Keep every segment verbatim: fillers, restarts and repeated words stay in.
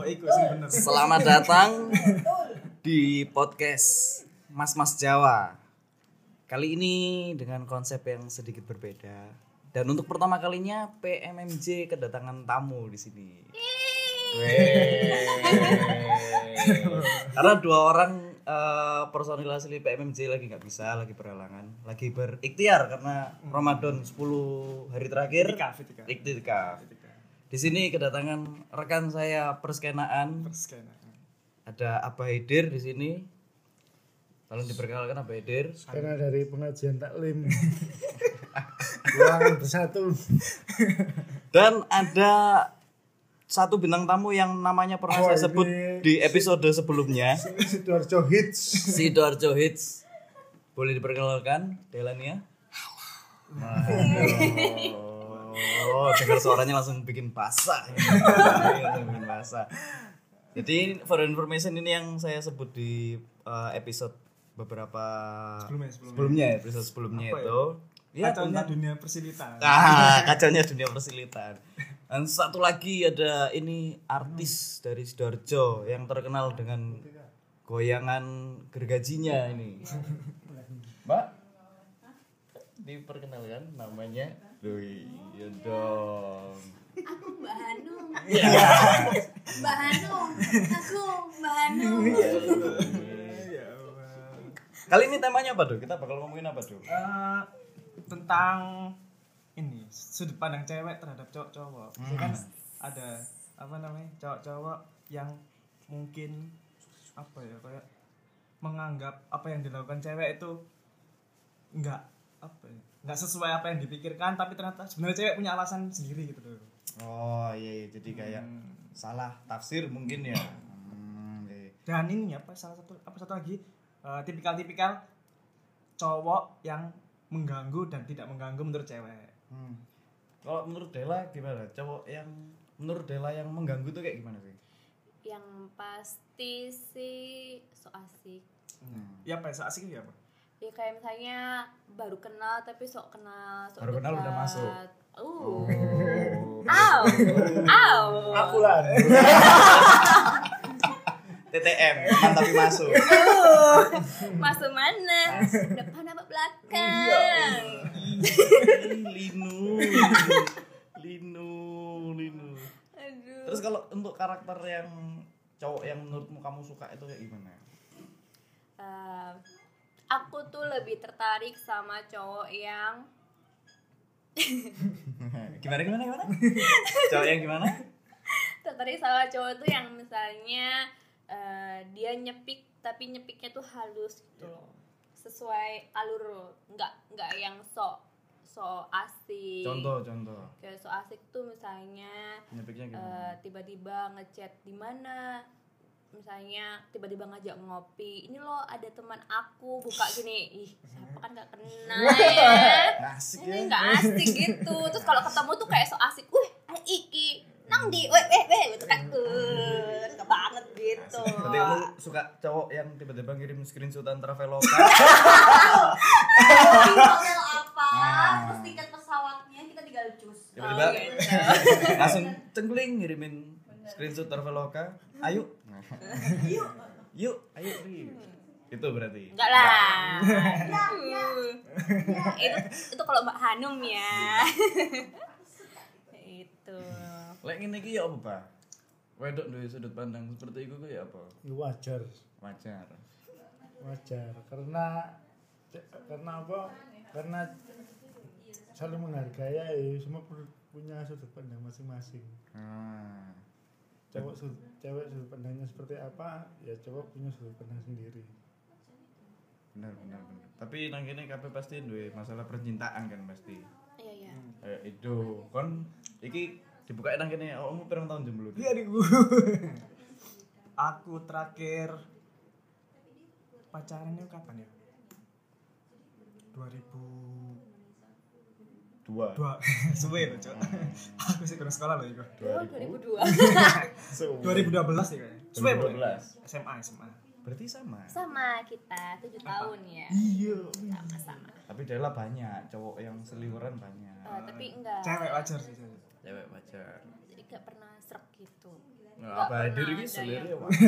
iku sing bener. Selamat datang di podcast Mas-Mas Jawa. Kali ini dengan konsep yang sedikit berbeda. Dan untuk pertama kalinya P M M J kedatangan tamu di sini. Karena dua orang uh, personil asli P M M J lagi nggak bisa, lagi berhalangan, lagi berikhtiar karena Ramadan sepuluh hari terakhir. Itikaf, itikaf. Itikaf. Di sini kedatangan rekan saya perskenaan. Perskenaan. Ada Abah Hidir di sini. Tolong diperkenalkan Abah Hidir. Karena dari pengajian taklim. Ruangan bersatu. Dan ada satu bintang tamu yang namanya pernah Oh, saya sebut ini di episode sebelumnya. Sidoarjo Hits. Sidoarjo Hits. Boleh diperkenalkan Delania? Oh, dengar suaranya langsung bikin basah. Langsung bikin basah. Jadi for information ini yang saya sebut di uh, episode beberapa Sebelumnya, sebelumnya. sebelumnya episode sebelumnya Apa ya? itu. Ya, Kacaunya tentang- dunia persilitan. Ah, kacaunya dunia persilitan. Dan satu lagi ada ini artis dari Sidoarjo yang terkenal dengan goyangan gergajinya ini. Mbak, diperkenalkan namanya. Doi, ya dong. Aku Mbak Hanum. Ya. Mbak Hanum. Aku Mbak Hanum. Ya Allah. Kali ini temanya apa tuh? Kita bakal ngomongin apa tuh? Eh, tentang ini sudut pandang cewek terhadap cowok-cowok. Hmm. Kan ada apa namanya? Cowok-cowok yang mungkin apa ya kayak menganggap apa yang dilakukan cewek itu enggak apa ya? Enggak sesuai apa yang dipikirkan, tapi ternyata sebenarnya cewek punya alasan sendiri gitu loh. Oh iya, iya. Jadi kayak Hmm. salah tafsir mungkin ya. Hmm, iya. Dan ini apa salah satu apa satu lagi eh, tipikal-tipikal cowok yang mengganggu dan tidak mengganggu menurut cewek. Hmm. Kalau menurut Dela gimana? Cowok yang menurut Dela yang mengganggu tuh kayak gimana sih? Yang pasti sih so asik. Hmm. Ya apa ya, asik ya apa? Ya kayak misalnya baru kenal tapi sok kenal, sok Baru kenal dekat. udah masuk. Uh. Aw. Aw. Aku lah. T T M, teman tapi masuk. Uh. Masuk mana? Depan apa belakang? Linu. Linu, Linu. Aduh. Terus kalau untuk karakter yang cowok yang menurutmu kamu suka itu kayak gimana? Eh, aku tuh lebih tertarik sama cowok yang Gimana gimana gimana? Cowok yang gimana? tertarik sama cowok tuh yang misalnya eh, dia nyepik tapi nyepiknya tuh halus gitu loh, sesuai alur, nggak nggak yang sok sok asik. Contoh contoh. Kayak sok asik tuh misalnya Nyepiknya eh, gimana? tiba-tiba ngechat di mana, misalnya tiba-tiba ngajak ngopi, ini loh ada teman aku buka gini, ih siapa kan nggak kenal ya, Asik ini ya. nggak asik gitu. Terus kalau ketemu tuh kayak sok asik, wih ada iki nang di, weh weh weh gitu kan, uh, nggak banget gitu. Berarti kamu suka cowok yang tiba-tiba ngirim screenshotan Traveloka? Hotel apa, Nah. terus tiket pesawatnya kita tinggal cus. Tiba-tiba Oh, gitu. langsung cengkling ngirimin screenshot Traveloka. Ayo. Yuk. Yuk, ayo Ri. Itu berarti. Enggak lah. Uh. itu itu kalau Mbak Hanum ya. Itu. Lek ngene iki ya apa, Pak? Wedok duwe sudut pandang seperti itu ku ya apa? Wajar. Wajar. Wajar. Karena karena apa? Karena saling menghargai ya, semua punya sudut pandang masing-masing. Ah. Cowok sudut, cewek sudut pandangnya seperti apa, ya cowok punya sudut pandang sendiri. Benar benar benar. Tapi nang kene kabeh pasti duwe masalah percintaan kan pasti. Iya iya. Kayak itu kon iki dibuka nang kene awakmu pirang tahun jomblo? Iya di gua. Aku terakhir pacaran itu kapan ya? dua ribu Dua. dua suwe loh, Cok. Aku sih kurang sekolah loh itu. Oh, dua ribu dua. dua ribu dua belas ya kayaknya. Suwe dua ribu dua belas. S M A, S M A. Berarti sama. Sama kita tujuh tahun ya. Iya. Sama-sama. Tapi Dela banyak, cowok yang seliweran banyak. Uh, tapi enggak. Cewek wajar sih, cewek. Cewek wajar. Jadi enggak pernah serak gitu. Nah, apa hadir iki pernah ada selire yang- wae.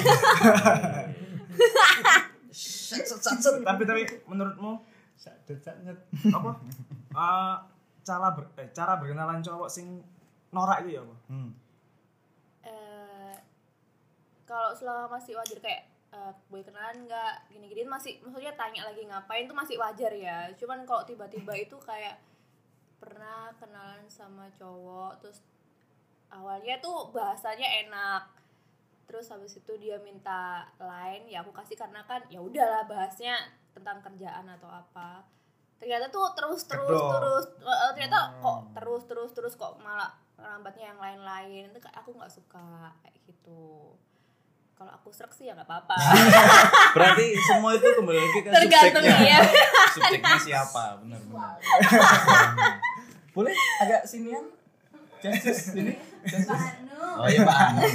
Set set set set. Tapi tapi menurutmu sak decak nyet. apa? Eh, cara ber, eh, cara berkenalan cowok sing norak itu ya apa? Hmm. Eh, kalau selama masih wajar kayak eh, boleh kenalan nggak gini-gini masih maksudnya tanya lagi ngapain tuh masih wajar ya. Cuman kalau tiba-tiba itu kayak pernah kenalan sama cowok terus awalnya tuh bahasanya enak terus habis itu dia minta line ya aku kasih karena kan ya udahlah bahasnya tentang kerjaan atau apa ternyata tuh terus terus Kedok. terus eh, ternyata kok terus terus terus kok malah lambatnya yang lain-lain itu kayak aku nggak suka kayak gitu kalau aku serak sih ya nggak apa-apa Berarti semua itu kembali lagi ke tergantung subjeknya. ya Subjeknya siapa, benar-benar. Boleh agak sinian? Justice sini. Justice. Oh iya Mbak Anum.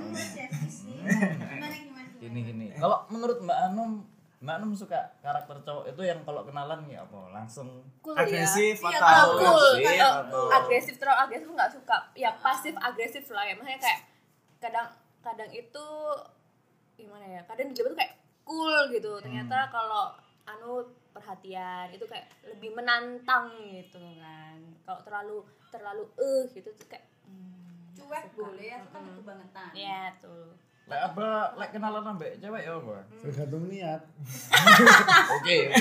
Gini gini. Kalau menurut Mbak Anum, Mbak Anum suka karakter cowok itu yang kalau kenalan ya apa? Langsung cool Agresif ya. atau- Kalau cool Agresif kalau atau- agresif terlalu agresif nggak suka ya pasif agresif lah ya maksudnya kayak kadang kadang itu gimana ya kadang di tuh kayak cool gitu ternyata kalau anu perhatian itu kayak lebih menantang gitu kan kalau terlalu terlalu eh gitu tuh kayak hmm, Cuek sebel. boleh ya, kan Mm-mm. kebangetan. ya tuh lek apa lek kenalan ambek cewek ya apa? Tergantung niat. Oke. Oke.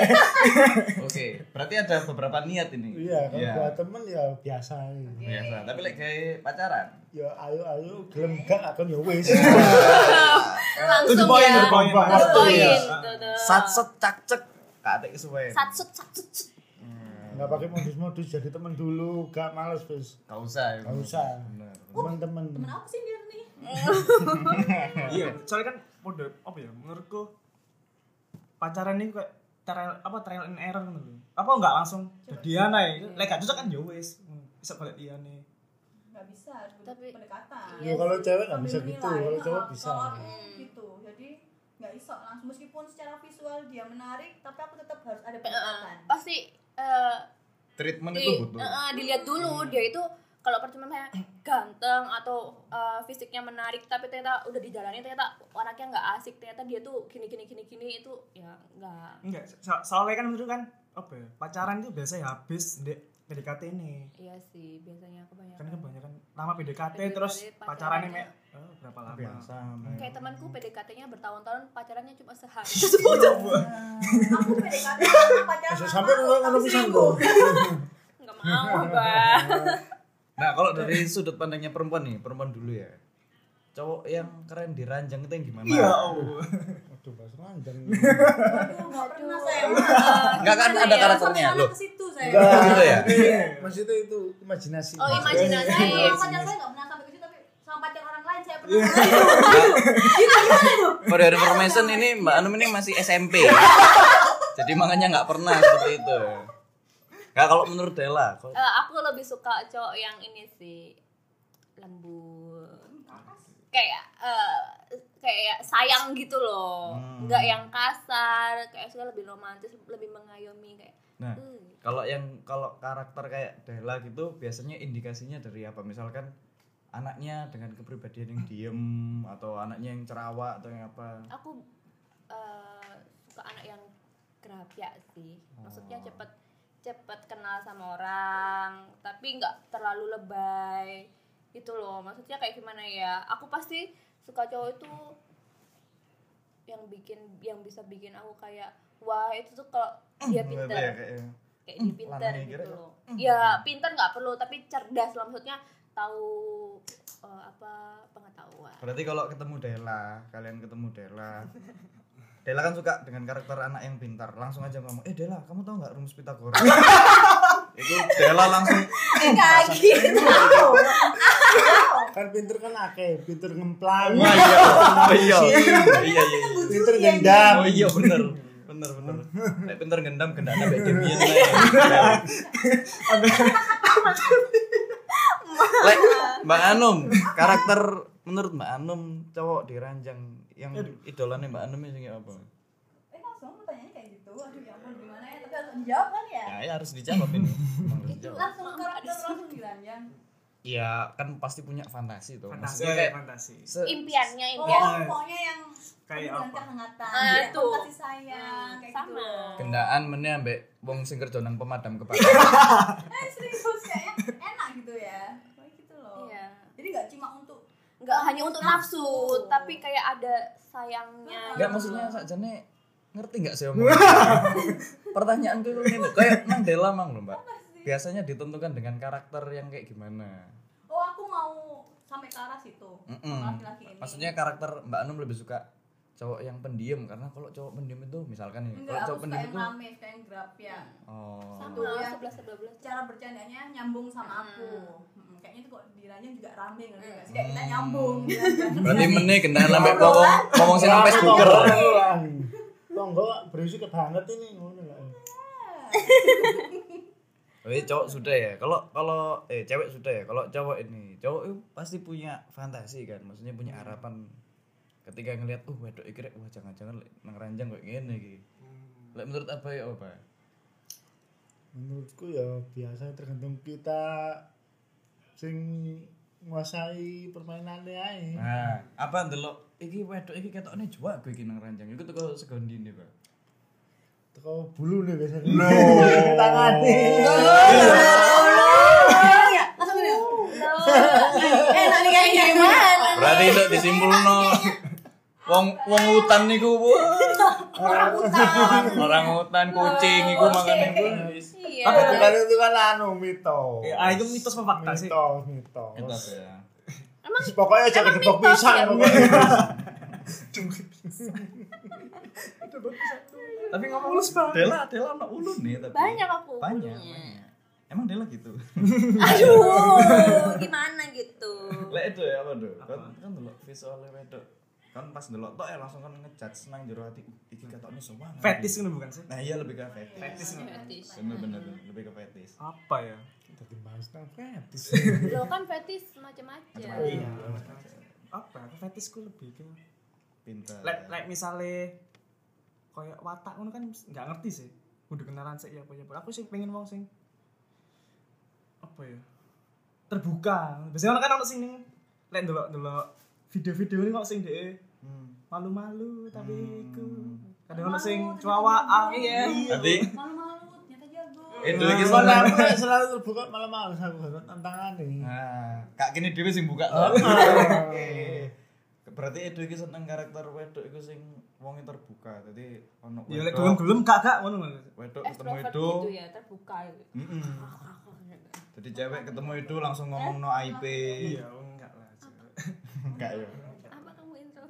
Oke. Berarti ada beberapa niat ini. Iya, kalau Iya. buat temen ya biasa. Biasa. Tapi lek kayak pacaran. Ya ayo ayo gelem gak akan ya wis. langsung To the point, ya to the point. to the Waktu point ya. tuh, tuh. Sat set cak cek. Kadek suwe. Satsut satsut sut. Enggak pakai modus-modus jadi temen dulu, gak males wis. Gak usah. ya. Gak usah. Bener. Teman-teman. Temen apa sih dia nih? Iya, soalnya kan udah apa ya menurutku pacaran ini kayak trial apa trial and error gitu loh. Apa enggak langsung jadian ae. Lek gak cocok kan ya wis. Bisa balik liyane. Gak bisa, harus Tapi- pendekatan. Ya kalau cewek gak bisa Sambil gitu, menilai. kalau cowok Nah, bisa. Kalau aku gitu, jadi nggak iso langsung meskipun secara visual dia menarik, tapi aku tetap harus ada Eh, pendekatan. pasti eh, Treatment di, itu butuh. eh, eh, dilihat dulu dia itu kalau percuma kayak ganteng atau eh, fisiknya menarik tapi ternyata udah dijalani ternyata anaknya nggak asik ternyata dia tuh gini gini gini gini itu ya nggak Enggak, so- soalnya kan menurut kan apa ya? Pacaran itu biasanya habis di P D K T ini. iya sih biasanya Kan kebanyakan kebanyakan lama P D K T P D K T, terus pacarannya pacarannya. mek oh, berapa lama? Biasa. kayak temanku P D K T-nya bertahun-tahun pacarannya cuma sehari Aku P D K T sama pacaran Bisa sama sampai aku, ngono tapi ngono pisan selingkuh. kok. nggak mau bang Nah, kalau dari sudut pandangnya perempuan nih, perempuan dulu ya. Cowok yang keren di ranjang itu yang gimana? Iya, oh. Waduh, bahas ranjang. Aduh, nggak pernah saya. Enggak kan ada karakternya Sampai loh. ke situ saya. Gitu ya? Maksudnya itu imajinasi. oh imajinasi Saya sama pacar saya nggak pernah sampai ke situ, tapi sama pacar orang lain saya pernah. For your information ini Mbak Anum ini masih S M P. Jadi makanya nggak pernah seperti itu. Nah, kalau menurut Dela, kalau- Eh, aku lebih suka cowok yang ini sih lembut kayak eh, kayak sayang gitu loh Hmm. nggak yang kasar kayak suka lebih romantis lebih mengayomi kayak nah, uh, kalau yang kalau karakter kayak Dela gitu biasanya indikasinya dari apa? Misalkan anaknya dengan kepribadian yang diem atau anaknya yang cerawak atau yang apa? aku eh, suka anak yang gerabya sih maksudnya Oh. cepet cepet kenal sama orang tapi nggak terlalu lebay gitu loh maksudnya kayak gimana ya aku pasti suka cowok itu yang bikin yang bisa bikin aku kayak wah itu tuh kalau dia Gitu pinter ya, kayak- kayak dia pinter lanangnya gitu kira ya. loh ya pinter nggak perlu tapi cerdas lah maksudnya tahu eh, apa pengetahuan Berarti kalau ketemu Dela, kalian ketemu Dela. Dela kan suka dengan karakter anak yang pintar. Langsung aja ngomong, "Eh Dela, kamu tahu nggak rumus Pythagoras?" Itu Dela langsung kayak gitu Kan pinter kan akeh, pinter ngemplang. wah iya. Oh, iya. Iya iya. iya. Pinter gendam. Oh iya bener. Bener bener. Nek pinter gendam gendakna mbek Demian ae. Lek Mbak Anum, karakter menurut Mbak Anum cowok di ranjang yang idolanya Mbak Anum sing apa? Eh langsung pertanyaannya kayak gitu. Aduh ya ampun gimana ya? Tapi harus dijawab kan ya? Ya, ya harus dijawab ini. Emang harus dijawab. Langsung karakter langsung diranjang. ya kan pasti punya fantasi tuh. Fantasi Maksudnya kayak kayak fantasi. se- Impiannya, Oh, impian. pokoknya yang Kayak dengan apa? kehangatan, Ah, ya, tuh. kasih sayang, Hmm, kayak sama. gitu loh. gendaan meneh ambek wong sing kerja nang pemadam kebakaran. Eh serius kayaknya enak gitu ya. Kayak gitu loh. Iya. Jadi nggak cuma untuk Nggak hanya untuk nafsu, Nafsu. tapi kayak ada sayangnya. Enggak maksudnya sakjane ngerti enggak sih omong? Pertanyaan tuh ngene, kayak nang Dela mang lho, Mbak. Biasanya ditentukan dengan karakter yang kayak gimana? oh aku mau sampai ke arah situ. Mm-mm. Sama laki-laki ini. Maksudnya karakter Mbak Anum lebih suka cowok yang pendiam karena kalau cowok pendiam itu misalkan nih, Enggak, kalau aku cowok suka pendiam yang itu rame, suka yang grab ya. oh. Sama. Sama Ya. sebelas dua belas. Cara bercandanya nyambung sama aku. Hmm, kayaknya itu kok di ranjang juga rame ngerti nggak sih? Kayak kita Hmm. nyambung. diranjang. Berarti meneh gendaan ambek ngomong ngomong sing nang Facebooker. Tonggo berisik banget ini ngono lah. Oke, cowok sudah ya. Kalau kalau eh cewek sudah ya. Kalau cowok ini, cowok itu pasti punya fantasi kan. Maksudnya punya harapan ketika ngelihat uh wedok iki rek, wah jangan-jangan lek nang ranjang kok ngene iki. Lek menurut apa ya apa? Menurutku ya biasa tergantung kita sing nguasai permainannya ae. Nah, apa ndelok iki wedok iki ketokne juak gue iki nang ranjang. Iku teko segondi nih, Pak. Teko bulu nih biasanya. No. Tangane. Langsung ini. Enak nih kayak gimana? Berarti iso disimpulno. Wong wong hutan niku wah. Orang hutan kucing iku makane wis. Iya. Apa itu kan itu kan anu mitos. Ya, ah, itu mitos apa fakta sih? Mitos, mitos. Mitos ya. Emang Pokoknya aja emang kedepok mitos pisan ya? pokoknya. Tapi ngomong Dela, Dela ono ulu nih tapi. Banyak aku Banyak, ulunya. banyak. Emang Dela gitu. Aduh, gimana gitu? Lek itu ya apa tuh? Apa? Kan kan delok visualnya wedok. Kan pas delok tok ya langsung kan ngejudge nang jero ati. Uh, iki ketokne so banget. Fetis kan bukan sih? Nah, iya lebih ke fetis. Fetis kan. Fetis. Bener-bener lebih ke fetis. Apa ya? Tadi bahas nang fetis. Lo kan fetis macam-macam. Macam-macam. Iya. Apa? Fetisku lebih ke Pintar. lek lek misale koyo watak ngono kan nggak ngerti sih. Kudu kenalan sik ya apa ya. Aku sih pengen wong sing apa ya? Terbuka. Biasanya orang kan ono sing ning lek ndelok-ndelok video-video ini kok sing dhek Hmm. malu-malu tapi Hmm. iku kadang ono sing cuawaan. Iya. Nanti Malu-malu, ternyata jago. itu Nah, iki soalnya sebenarnya. aku nek selalu terbuka malah males aku harus tantangan nih. Nah, kak kini dhewe sing buka to. Berarti itu iki seneng karakter wedok iku sing wonge terbuka. Dadi ono Ya lek wedok. gelem-gelem kakak ngono lho. Wedok ketemu Extrovert itu. gitu ya, terbuka gitu. Heeh. Jadi cewek ketemu itu langsung ngomong no I P. Iya, enggak lah. Enggak ya. Apa kamu intro?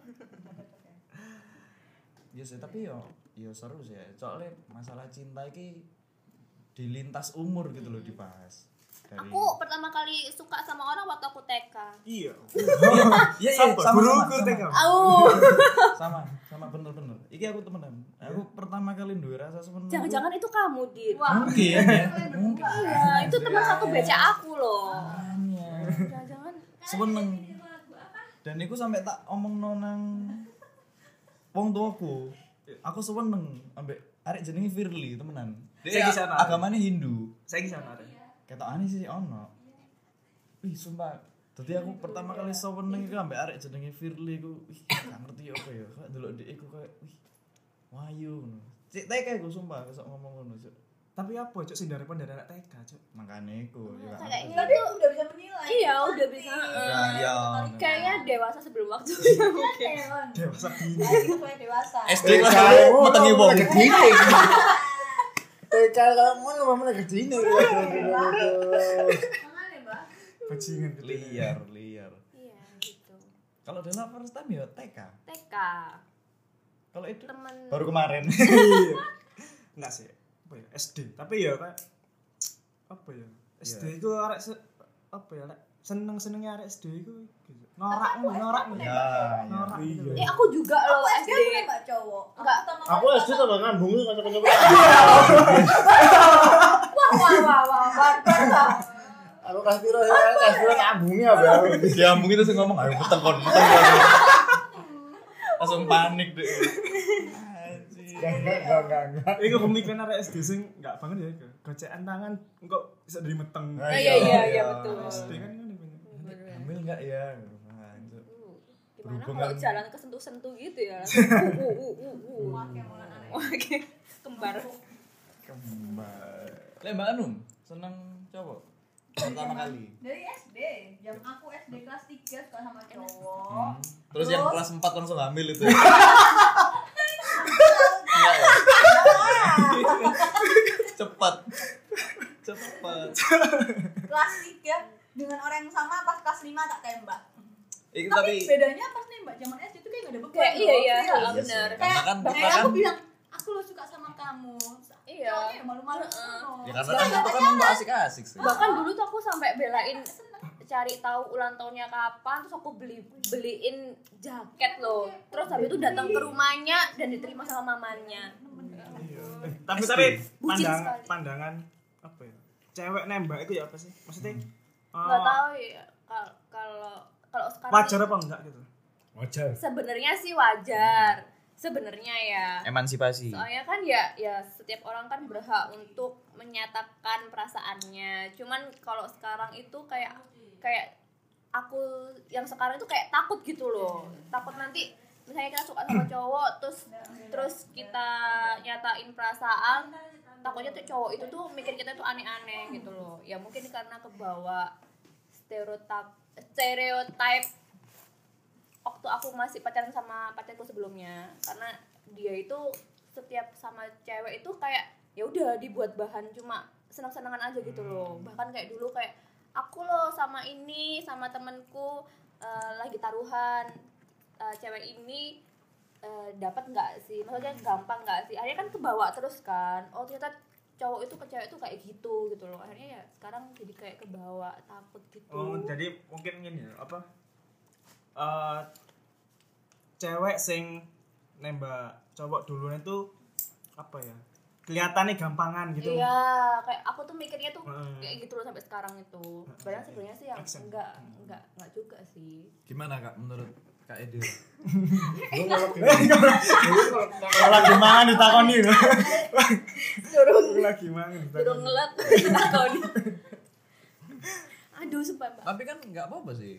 Iya sih, tapi yo yo seru sih ya. Soalnya masalah cinta iki di lintas umur gitu loh dibahas. Dari Aku pertama kali suka sama orang waktu aku T K. Iya. Iya iya Sama, sama guruku sama, T K. sama. Au. sama sama bener-bener. Iki aku temenan. Aku pertama kali duwe rasa seneng. Jangan-jangan itu kamu, Dit. Wah, mungkin ya. Mungkin. Iya, itu teman satu baca aku loh. Makanya. Jangan-jangan Seneng. Dan iku sampai tak omong nang wong tuaku. Aku seneng ambek arek jenenge Firly temenan. Saya Dia di sana. agamanya Hindu. Saya ki sana. Ketokane sih ono. Wih, sumpah. Dadi aku pertama kali seneng iku ambek arek jenenge Firly iku, wih, gak ngerti apa ya. Kok delok dhek iku kayak wih. Wayu ngono. Cek teke iku sumpah kesok ngomong ngono, Cuk. Tapi apa cuk sing dari dari anak T K cuk. Makane iku ya. gak Kayak ngerti. tapi udah bisa menilai. Iya, udah bisa. Udah, iya. Kayaknya dewasa sebelum waktunya mungkin. Dewasa gini. Kayak sesuai dewasa. S D kelas satu metengi wong. Gedine. Eh kalau ngono mamane gedine. Makanya, Mbak. Bajingan gitu. Liar, liar. Iya, gitu. Kalau Dela first time ya T K. T K. Kalau itu Temen baru kemarin. Iya. Enggak sih. Apa ya? S D. Tapi ya kayak apa ya? S D itu arek se- apa ya? Lek seneng-senengnya arek S D itu gitu. Norak norak Ya, ya. norak gitu. Eh, aku juga loh Aku S D. S D Mbak cowok. Enggak. Aku S D tambah ngambung kanca-kanca. Wah, wah, wah, wah, barbar lah. Aku kasih piro ya, kasih piro ngambungi apa. Diambung itu sih ngomong ayo peteng kon, peteng kon. Langsung panik deh. Anjir. Enggak enggak enggak enggak. Iku pemikiran arek S D sing enggak banget ya iku. Gocekan tangan kok bisa dari meteng. Ah, iya, iya, iya, betul. S D kan ngono kan. hamil enggak ya? Nah, itu. Uh, gimana Berhubungan- kalau jalan kesentuh-sentuh gitu ya? Uh, uh, uh, uh, uh. Wake mulai aneh. Oke, kembar. Kembar. Lah Mbak Anum, seneng cowok pertama kali. Dari S D, jam aku S D kelas tiga suka sama cowok. Hmm. Terus yang Terus? kelas empat langsung hamil itu. Ya? Enggak ya? Cepat. Cepat. Kelas tiga dengan orang yang sama pas kelas lima tak tembak. Itu Tapi, tapi bedanya pas nembak zaman S D itu kayak gak ada beban. Kayak iya loh, iya, serius. heeh, bener. Karena Kayak, kan kita kayak kan aku bilang, aku lo suka sama kamu. Iya. Cowoknya ya malu-malu. Heeh. sono. ya karena kan itu kan memang asik-asik sih. Bahkan dulu tuh aku sampai belain cari tahu ulang tahunnya kapan, terus aku beli beliin jaket loh. Terus habis itu datang ke rumahnya dan diterima sama mamanya. Eh, tapi tapi Bucin pandang, sekali. pandangan apa ya? Cewek nembak itu ya apa sih? Maksudnya Nggak eh, tahu ya kal- kalau kalau sekarang wajar apa enggak gitu? Wajar. sebenarnya sih wajar. Sebenarnya ya. Emansipasi. Soalnya kan ya ya setiap orang kan berhak untuk menyatakan perasaannya. Cuman kalau sekarang itu kayak kayak aku yang sekarang itu kayak takut gitu loh. Takut nanti misalnya kita suka sama cowok terus terus kita nyatain perasaan, takutnya tuh cowok itu tuh mikir kita tuh aneh-aneh gitu loh. Ya mungkin karena kebawa stereotip stereotip waktu aku masih pacaran sama pacarku sebelumnya, karena dia itu setiap sama cewek itu kayak ya udah dibuat bahan cuma senang-senangan aja gitu loh. Bahkan kayak dulu kayak aku loh sama ini sama temenku uh, lagi taruhan, uh, cewek ini uh, dapat nggak sih, maksudnya gampang nggak sih, akhirnya kan kebawa terus kan. Oh ternyata cowok itu ke cewek itu kayak gitu gitu loh. Akhirnya ya sekarang jadi kayak kebawa takut gitu. Oh, jadi mungkin gini ya, apa? Eh cewek sing nembak cowok duluan itu apa ya? Kelihatannya gampangan gitu. Iya, kayak aku tuh mikirnya tuh Hmm. kayak gitu loh sampai sekarang itu. Padahal sebenarnya sih yang Action. enggak enggak enggak juga sih. Gimana Kak menurut Kak Edir? Lu kalau gini, Kalau lagi mangan ditakoni lho. Durung Lagi mangan durung ditakoni. ngelat takoni. Aduh, sumpah, Mbak. Tapi kan nggak apa-apa sih.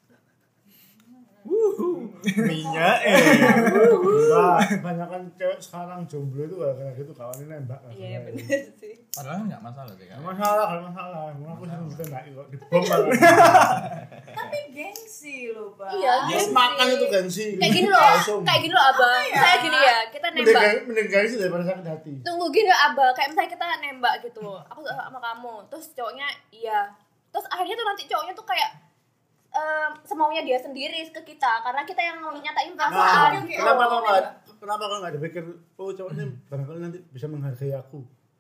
Minyak eh. enggak, kebanyakan cewek sekarang jomblo itu gara-gara gitu kawannya nembak. Iya, iya bener sih. Padahal kan nggak masalah sih Kak. Gak masalah, gak masalah. Aku sering ditembaki kok, dibom malah. Tapi gengsi loh, Bang. Iya, Ya gengsi. makan itu gengsi. Kayak gini loh, Langsung. kayak gini loh, Abang. Saya gini ya, kita Mending nembak. geng- Mending gengsi daripada sakit hati. Tunggu gini Abah, kayak misalnya kita nembak gitu, aku suka sama kamu, terus cowoknya iya, terus akhirnya tuh nanti cowoknya tuh kayak em, semaunya dia sendiri ke kita, karena kita yang nyatain Nah, perasaan. gitu. kenapa kau nggak kenapa kau nggak dipikir oh cowoknya barangkali nanti bisa menghargai aku.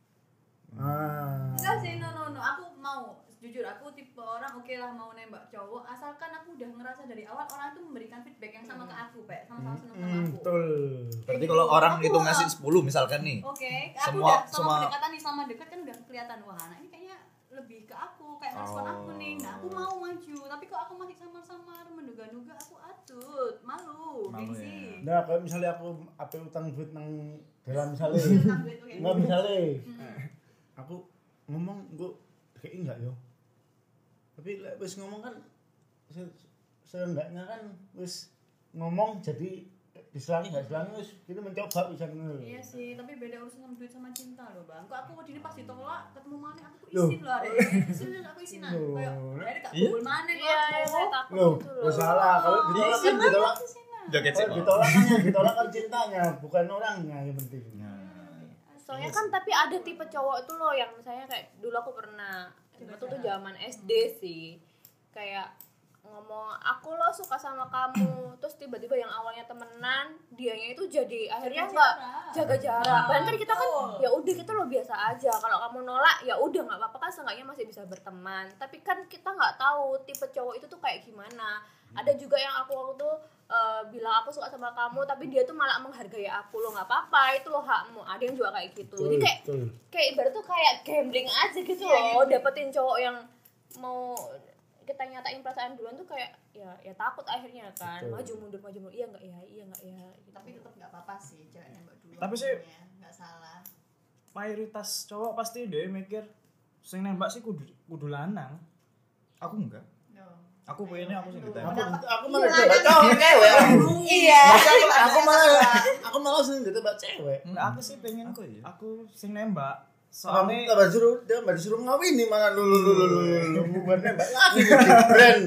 Ah. Enggak sih, no no no. Aku mau jujur aku tipe orang oke lah mau nembak cowok asalkan aku udah ngerasa dari awal orang itu memberikan feedback yang sama ke aku, Pak. Sama-sama seneng sama Hmm, aku. betul. Berarti kalau orang Aku itu mau- ngasih sepuluh misalkan nih. Oke, aku Semua- udah sama semua- pendekatan nih sama dekat kan udah kelihatan wah anak ini kayaknya lebih ke aku kayak respon aku nih. Nah, aku mau maju, tapi kok aku masih samar-samar menduga-duga aku atut, malu, Malu gengsi. Nah, kalau misalnya aku apa utang duit nang dalam misalnya Utang duit tuh kayak nggak gitu. misalnya Hmm. aku ngomong gue kayak enggak yo. Tapi lek wis ngomong kan se- seenggaknya kan wis ngomong jadi diselangi nggak diselangi wis kita mencoba bisa ngono. Iya sih, tapi beda urusan sama duit sama cinta loh, Bang. Kok aku ini pas ditolak, ketemu mana aku tuh Loh. izin loh, Adek. Serius aku izinan. Loh. Kayak ada gak Iya? kumpul mana kok Iya, iya, saya aku. takut Loh, gitu loh. ya salah kalau ditolak kan ditolak. Joget sih. Kalau ditolak kan yang ditolak kan cintanya, bukan orangnya yang penting. Soalnya kan tapi ada tipe cowok itu loh yang misalnya kayak dulu aku pernah itu tuh zaman S D sih, kayak ngomong aku lo suka sama kamu, terus tiba-tiba yang awalnya temenan dianya itu jadi akhirnya nggak jaga jarak. Bahkan kan kita kan ya udah kita lo biasa aja, kalau kamu nolak ya udah nggak apa-apa kan, seenggaknya masih bisa berteman. Tapi kan kita nggak tahu tipe cowok itu tuh kayak gimana. Ada juga yang aku waktu tuh uh, bilang aku suka sama kamu tapi dia tuh malah menghargai aku, lo nggak apa-apa itu lo hakmu. Ada yang juga kayak gitu. Jadi kayak Betul. kayak ibarat tuh kayak gambling aja gitu Iya, loh, dapetin cowok yang mau kita nyatain perasaan duluan tuh kayak ya ya takut akhirnya kan. Betul. Maju mundur maju mundur, iya nggak ya iya nggak ya gitu. Tapi tetap nggak apa-apa sih cewek nembak dulu. Tapi sih- nggak salah. Mayoritas cowok pasti dia mikir sing nembak sih kudu kudu lanang. Aku enggak. No. Aku pengennya aku sih Aku ditembak. aku malah ditembak cowok cewek. Iya. Masa aku malah aku malah sering ditembak cewek. Nah, aku sih pengen Aku ya. aku sing nembak. Soalnya Soalnya tambah disuruh dia mbak disuruh ngawini malah lu lu lu lu lu bukan nembak lagi di brand.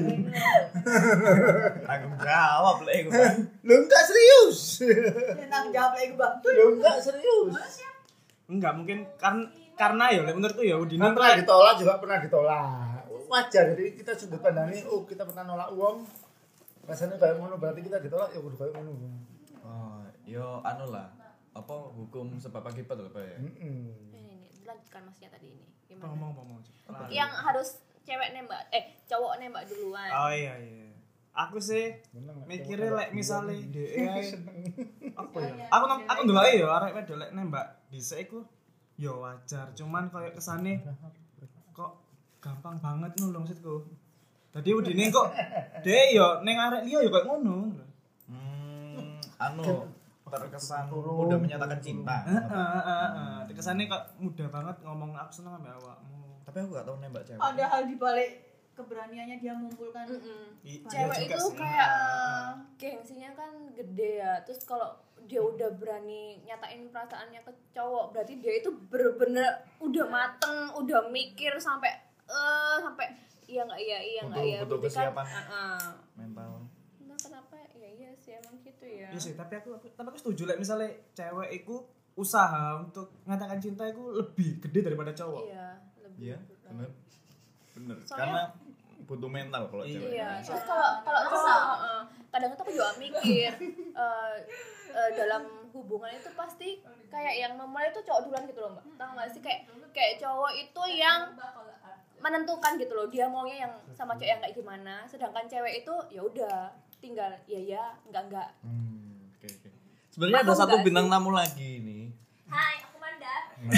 Tanggung jawab lah iku. Lu enggak serius. Tentang jawab lagi bang. Lu enggak serius. enggak mungkin karena karena ya menurutku ya Udin Kan pernah ditolak juga pernah ditolak. Wajar jadi kita sudut pandangnya oh kita pernah nolak uang. Rasanya kayak ngono berarti kita ditolak ya kudu kayak ngono. Oh, yo anu lah. Apa hukum sebab akibat lah Pak ya? Heeh. Ini, ini lanjutkan masnya tadi ini. Gimana? ngomong ngomong. Yang harus cewek nembak, eh cowok nembak duluan. Oh iya iya. Aku sih mikirnya lek misale dhek apa ya? Aku nem- aku ndelok ya arek wedok lek nembak dhisik iku ya wajar, cuman koyo kesane kok gampang banget ngono lho maksudku. Dadi udine kok dhek ya ning arek liya ya koyo ngono. Hmm, anu terkesan udah menyatakan cinta. Heeh heeh heeh. Kesane kok mudah banget ngomong aku seneng ambek awakmu. Tapi aku gak tahu nembak cewek. Padahal di balik keberaniannya dia mengumpulkan Mm-mm. I- Cewek iya juga itu sih. kayak Heeh. gengsinya kan gede ya. Terus kalau dia udah berani nyatain perasaannya ke cowok, berarti dia itu bener-bener udah mateng, udah mikir sampai eh sampai iya nggak iya iya nggak Butuh- iya. butuh Berarti kan, kesiapan. uh-uh. Mental. Nah kenapa ya iya sih emang gitu ya. Iya sih, tapi aku, aku tapi aku setuju lek misalnya cewek iku usaha untuk mengatakan cinta iku lebih gede daripada cowok. Iya lebih. Iya, bener. Bener. Soalnya- Karena butuh mental kalau Iya. cewek. Iya, terus kalau kalau cowok uh, kadang tuh aku juga mikir uh, uh, dalam hubungan itu pasti kayak yang memulai itu cowok duluan gitu loh mbak. Tahu nggak sih kayak kayak cowok itu yang menentukan gitu loh dia maunya yang sama cowok yang kayak gimana, sedangkan cewek itu ya udah tinggal ya ya enggak enggak. Hmm, oke oke. Sebenarnya ada Paham satu nggak bintang tamu lagi nih. Hai, aku Manda.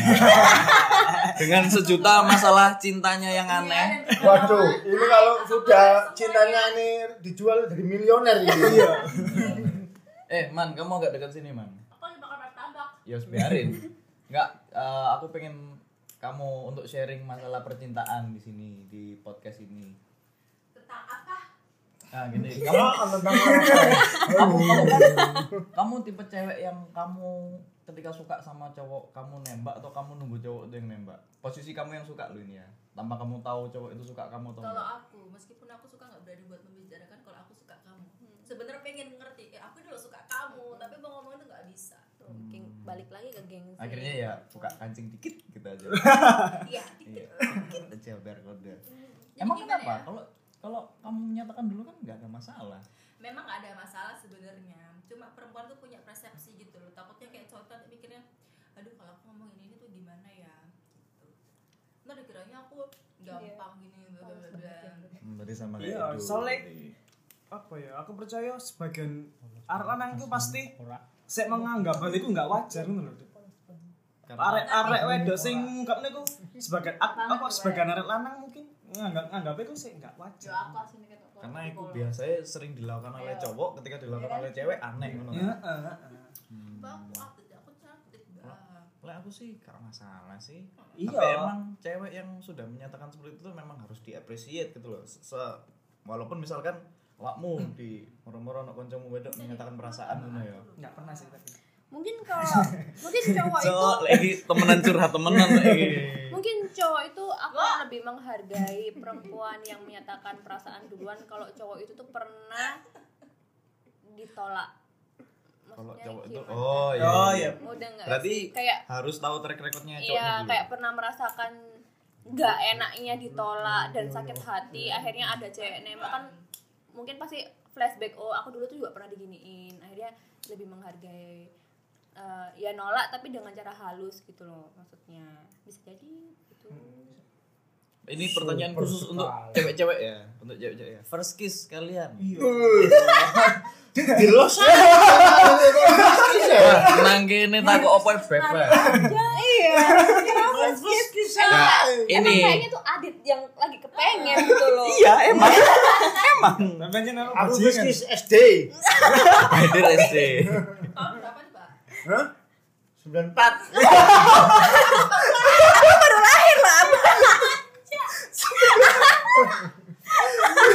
Dengan sejuta masalah cintanya yang aneh. Waduh, ini kalau sudah cintanya ini dijual jadi milioner ini. Iya. Eh, Man, kamu agak dekat sini, Man. Aku lagi bakal martabak. Ya, harus biarin. Enggak, eh, aku pengen kamu untuk sharing masalah percintaan di sini di podcast ini. Tentang apa? Nah, gini. Kamu Kamu tentang apa? kamu tipe cewek yang kamu ketika suka sama cowok kamu nembak atau kamu nunggu cowok itu yang nembak? Posisi kamu yang suka lo ini ya. Tanpa kamu tahu cowok itu suka kamu atau Kalau enggak. aku, meskipun aku suka nggak berani buat membicarakan kalau aku suka kamu. Sebenarnya pengen ngerti, eh aku dulu suka kamu, tapi mau ngomong itu nggak bisa. Tuh, geng- balik lagi ke gengsi. Akhirnya ya buka kancing dikit gitu aja. Iya. Iya, dikit aja biar kode. Jadi Emang gimana kenapa? ya? Kalau kalau kamu menyatakan dulu kan nggak ada masalah. Memang nggak ada masalah sebenarnya. Cuma perempuan tuh punya persepsi gitu loh. Takutnya kayak cowok nanti mikirnya, aduh kalau aku ngomong ini ini tuh gimana ya? Gitu. Ntar dikiranya aku gampang gini, bla bla bla, bla. Hmm, berarti sama kayak Iya, dulu. soalnya apa ya? Aku percaya sebagian arek lanang itu pasti sik menganggap hal itu enggak wajar ngono lho. Karena- Arek-arek wedok sing ngungkapne iku sebagian aku, aku sebagian arek lanang mungkin nganggap nganggap itu sih enggak Yo wajar. aku aslinya kayak toko. karena itu biasanya sering dilakukan oleh cowok ketika dilakukan oleh cewek aneh ngono Heeh, kan. heeh. Mbak aku update, aku cantik mbak. Lah aku sih gak masalah sih. Iya. Tapi emang cewek yang sudah menyatakan seperti itu tuh memang harus diapresiasi gitu loh. Se- walaupun misalkan awakmu di moro-moro ono kancamu wedok menyatakan perasaan ngono ya. Enggak pernah sih tapi. Mungkin kalau mungkin cowok itu So, lagi temenan curhat temenan lagi. mungkin cowok itu akan lebih menghargai perempuan yang menyatakan perasaan duluan kalau cowok itu tuh pernah ditolak. Kalau Maksudnya cowok itu gimana? oh iya. Oh, iya. Udah nggak Berarti sih? kayak harus tahu track recordnya cowoknya iya dulu. kayak pernah merasakan nggak enaknya ditolak dan sakit hati, akhirnya ada cewek nembak kan mungkin pasti flashback, oh aku dulu tuh juga pernah diginiin, akhirnya lebih menghargai. Eh, ya nolak tapi dengan cara halus gitu loh maksudnya, bisa jadi gitu. Ini pertanyaan Super khusus untuk sekali. cewek-cewek ya, untuk cewek-cewek ya. First kiss kalian. Iya. Di los Nang kene takok opo bebek. Iya. Nah, Emang ini kayaknya tuh Adit yang lagi kepengen gitu loh. iya emang emang Tapi anjir aku Aku bajingan. kiss S D. Hadir S D. Tahun berapa nih mbak? Hah? sembilan puluh empat.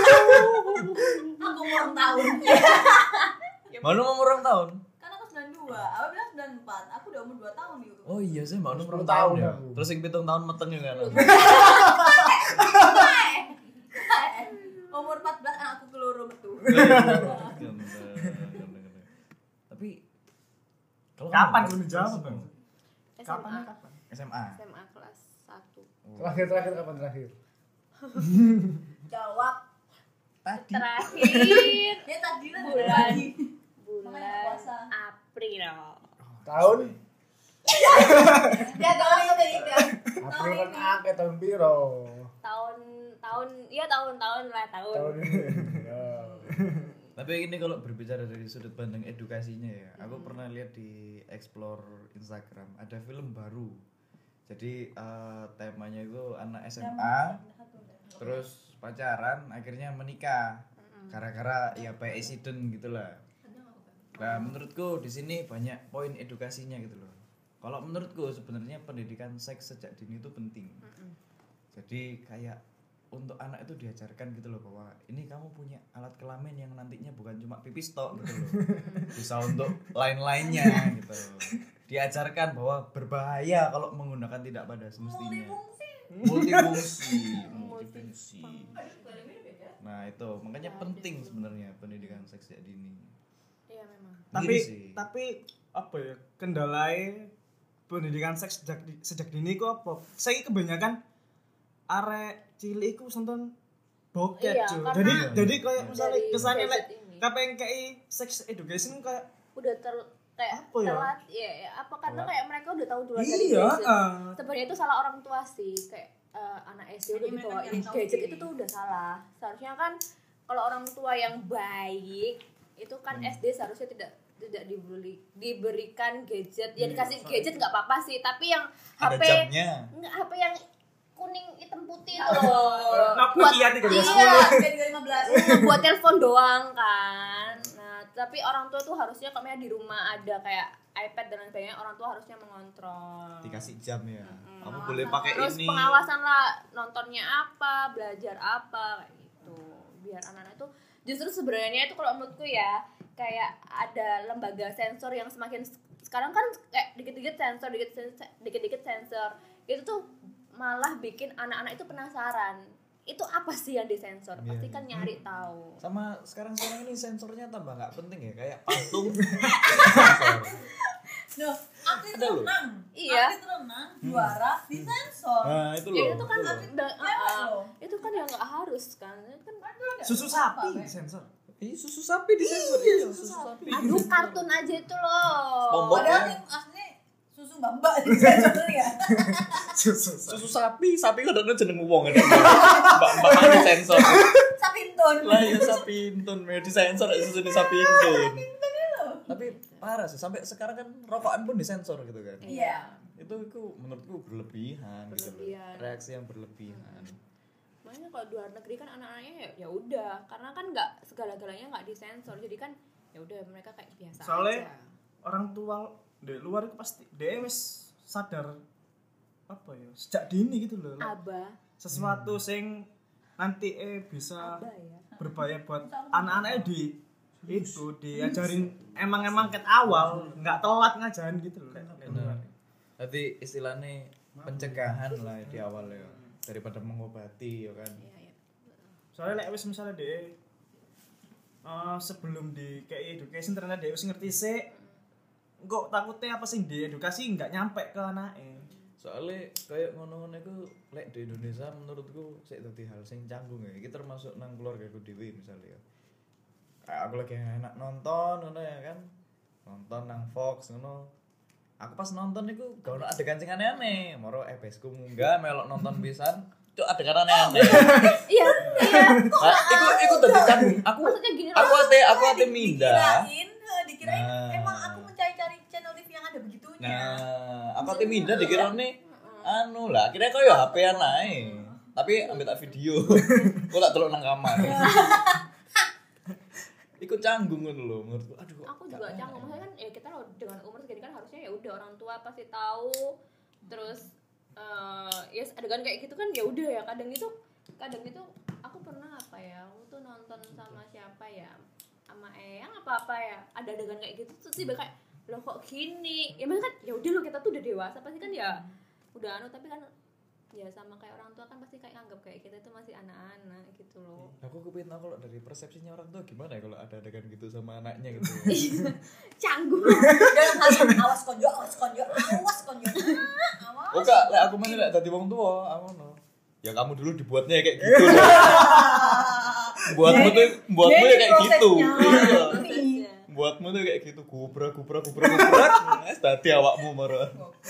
Aku ulang tahun. Mana mau orang tahun? Kan aku sembilan puluh dua, aku bilang sembilan puluh empat. Aku udah umur dua tahun gitu. Oh iya sih, mau orang sepuluh tahun tahun ya. aku. Terus yang pitung tahun meteng juga kan. Umur empat belas anakku keloro metu. Tapi kalau Kapan kamu- lu dijawab, Bang? S M Kapan A kapan? S M A. S M A kelas satu. Terakhir terakhir kapan terakhir? Jawab. Tadi. Terakhir Ya tadi lah Bulan. lagi. Makanya bulan puasa. April. Tahun? Ya tahun ini ya. April kan akeh tahun piro? Tahun tahun iya tahun-tahun lah tahun. Tahun ini. Ya. Tapi ini kalau berbicara dari sudut pandang edukasinya ya, aku pernah lihat di explore Instagram ada film baru. Jadi eh, temanya itu anak S M A terus pacaran akhirnya menikah gara-gara ya by accident gitulah. Nah menurutku di sini banyak poin edukasinya gitu loh. Kalau menurutku sebenarnya pendidikan seks sejak dini itu penting. Jadi kayak untuk anak itu diajarkan gitu loh bahwa ini kamu punya alat kelamin yang nantinya bukan cuma pipis tok gitu loh. Bisa untuk lain-lainnya gitu. Diajarkan bahwa berbahaya kalau menggunakan tidak pada semestinya. Multifungsi. Multifungsi. Nah, itu makanya penting sebenarnya pendidikan seks sejak dini. Iya memang. Tapi Gitu sih. tapi apa ya? Kendalai pendidikan seks sejak di- sejak dini ku apa? Saya kebanyakan arek cilik iku sonton bokep, Iya, cuy. karena Jadi Iya, jadi iya. kayak misalnya Dari kesannya lek gadget ini. kapan kayak sex education kayak Udah ter kayak Apa ya? telat ya, ya apa karena Telat. kayak mereka udah tahu duluan dari iya, gadget. ah. Sebenarnya itu salah orang tua sih kayak eh, anak S D udah Jadi mereka dibawain yang tahu gadget diri. itu tuh udah salah. Seharusnya kan kalau orang tua yang baik itu kan S D seharusnya tidak tidak dibeli diberikan gadget. Ya dikasih gadget nggak apa-apa sih, tapi yang Ada H P jamnya. nggak H P yang kuning hitam putih itu loh. Nah, Buat Nokia tiga belas iya, tiga lima belas. buat telepon doang kan. Nah, tapi orang tua tuh harusnya kalau misalnya di rumah ada kayak iPad dan lain sebagainya, orang tua harusnya mengontrol. Dikasih jam ya. Mm-mm. Kamu boleh pakai Terus ini. pengawasan lah, nontonnya apa, belajar apa kayak gitu. Biar anak-anak itu justru sebenarnya itu kalau menurutku ya kayak ada lembaga sensor yang semakin sekarang kan kayak dikit-dikit sensor, dikit dikit-dikit sensor. Itu tuh malah bikin anak-anak itu penasaran. Itu apa sih yang disensor? Iya, Pasti iya. kan nyari tahu. Sama sekarang sekarang ini sensornya tambah nggak penting ya kayak patung. Sensor. Loh, atlet Ada loh. renang. Iya. Atlet renang juara disensor. Nah itu loh. Ya itu kan itu loh. da- Cewek ah, loh. itu kan yang nggak harus kan. Itu kan Susu sapi sensor. Ih, susu sapi di sensor. Iya, susu sapi. aduh kartun aja itu loh. SpongeBob. Padahal yang aslinya susu mbak-mbak disensor ya. Susu sapi. Susu sapi, sapi kadang jeneng wong kan. Mbak-mbak di sensor. Sapintun. Lah ya sapi intun, me di sensor susu di sapi intun. Tapi parah sih sampai sekarang kan rokokan pun disensor gitu kan. Iya. Itu itu menurutku berlebihan, gitu loh. Berlebihan. Reaksi yang berlebihan. Makanya kalau di luar negeri kan anak-anaknya ya ya udah, karena kan nggak segala-galanya nggak disensor, jadi kan ya udah mereka kayak biasa Soalnya aja. orang tua di luar itu pasti dia wis sadar apa ya sejak dini gitu loh. Aba, Sesuatu sing nanti eh bisa aba ya. berbahaya buat anak-anaknya di itu diajarin emang-emang ket awal nggak telat ngajarin gitu loh. Benar. Berarti istilahnya pencegahan lah di awal ya daripada mengobati ya kan. Iya, iya. Soalnya lek wis misalnya dia eh, sebelum di kayak education ternyata dia wis ngerti sih kok takutnya apa sih di edukasi nggak nyampe ke anaknya. Soalnya kayak ngono-ngono iku lek di Indonesia menurutku sik dadi hal sing canggung ya. Iki termasuk nang keluargaku dhewe misalnya ya. Kayak aku lagi enak nonton ngono ya kan. Nonton nang Fox ngono. Aku pas nonton iku gak ono adegan sing aneh-aneh. Moro E P S ku munggah melok nonton pisan. Cuk adegan aneh-aneh. Iya, iya. Nah, iku iku dadi canggung. Aku Maksudnya gini aku loh. ate aku ate mindah. Dikirain, eh, dikirain Nah. emang aku mencari-cari channel T V yang ada begitunya. Nah, aku ate mindah dikirane anu lah, kira kok ya H P-an ae. Tapi ambil tak video. Kok tak delok nang kamar. Ikut canggung ngono lho menurutku. Aduh, Aku kok juga gak canggung, enak. maksudnya kan ya kita loh dengan umur segini kan harusnya ya udah orang tua pasti tahu. Terus eh ya adegan kayak gitu kan ya udah ya kadang itu kadang itu aku pernah apa apa ya, aku tuh nonton sama siapa ya, sama Eyang apa apa ya, ada adegan kayak gitu terus tiba kayak loh kok gini ya, maksudnya kan ya udah lo kita tuh udah dewasa pasti kan ya udah anu, tapi kan ya sama kayak orang tua kan pasti kayak nganggap kayak kita itu masih anak-anak gitu loh. Aku kepingin tahu kalau dari persepsinya orang tua gimana ya kalau ada adegan gitu sama anaknya gitu. Canggung. Jangan langsung awas konjo, awas konjo, awas konjo. Awas. Oh kak, lek aku mana lek dadi wong tua, aku no. Ya kamu dulu dibuatnya kayak gitu loh. Buatmu tuh, buatmu ya kayak gitu. Iya. Prosesnya. Buatmu tuh kayak gitu, kubra kubra kubra kubra. Wes dadi awakmu marah.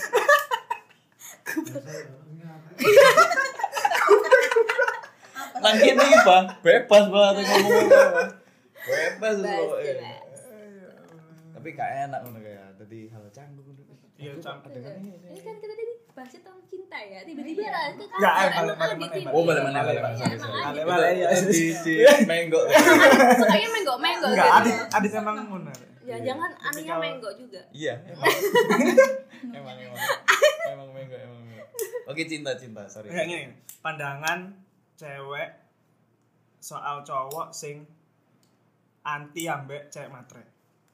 Nang kene iki, Bang, bebas banget ngomong apa. Bebas pokoknya. Tapi gak enak ngono kayak dadi hal canggung ngono. Iya, canggung. Ini kan kita tadi bahasnya tentang cinta ya, tiba-tiba lah itu kan. Nggak, eh, emang balik, balik, gitu, balik, tiba-tiba. Oh, balik mana balik mana. Iya, Sorry, emang sorry. aja Balik, gitu. balik, ya. Di di menggo. Sukanya menggo-menggo Enggak, gitu. adit adit emang ngono. Ya jangan anehnya menggo juga. Iya, emang. Emang emang. Emang menggo, emang menggo. Oke, cinta-cinta, sorry. Kayak gini, pandangan cewek soal cowok sing anti ambek cewek matre.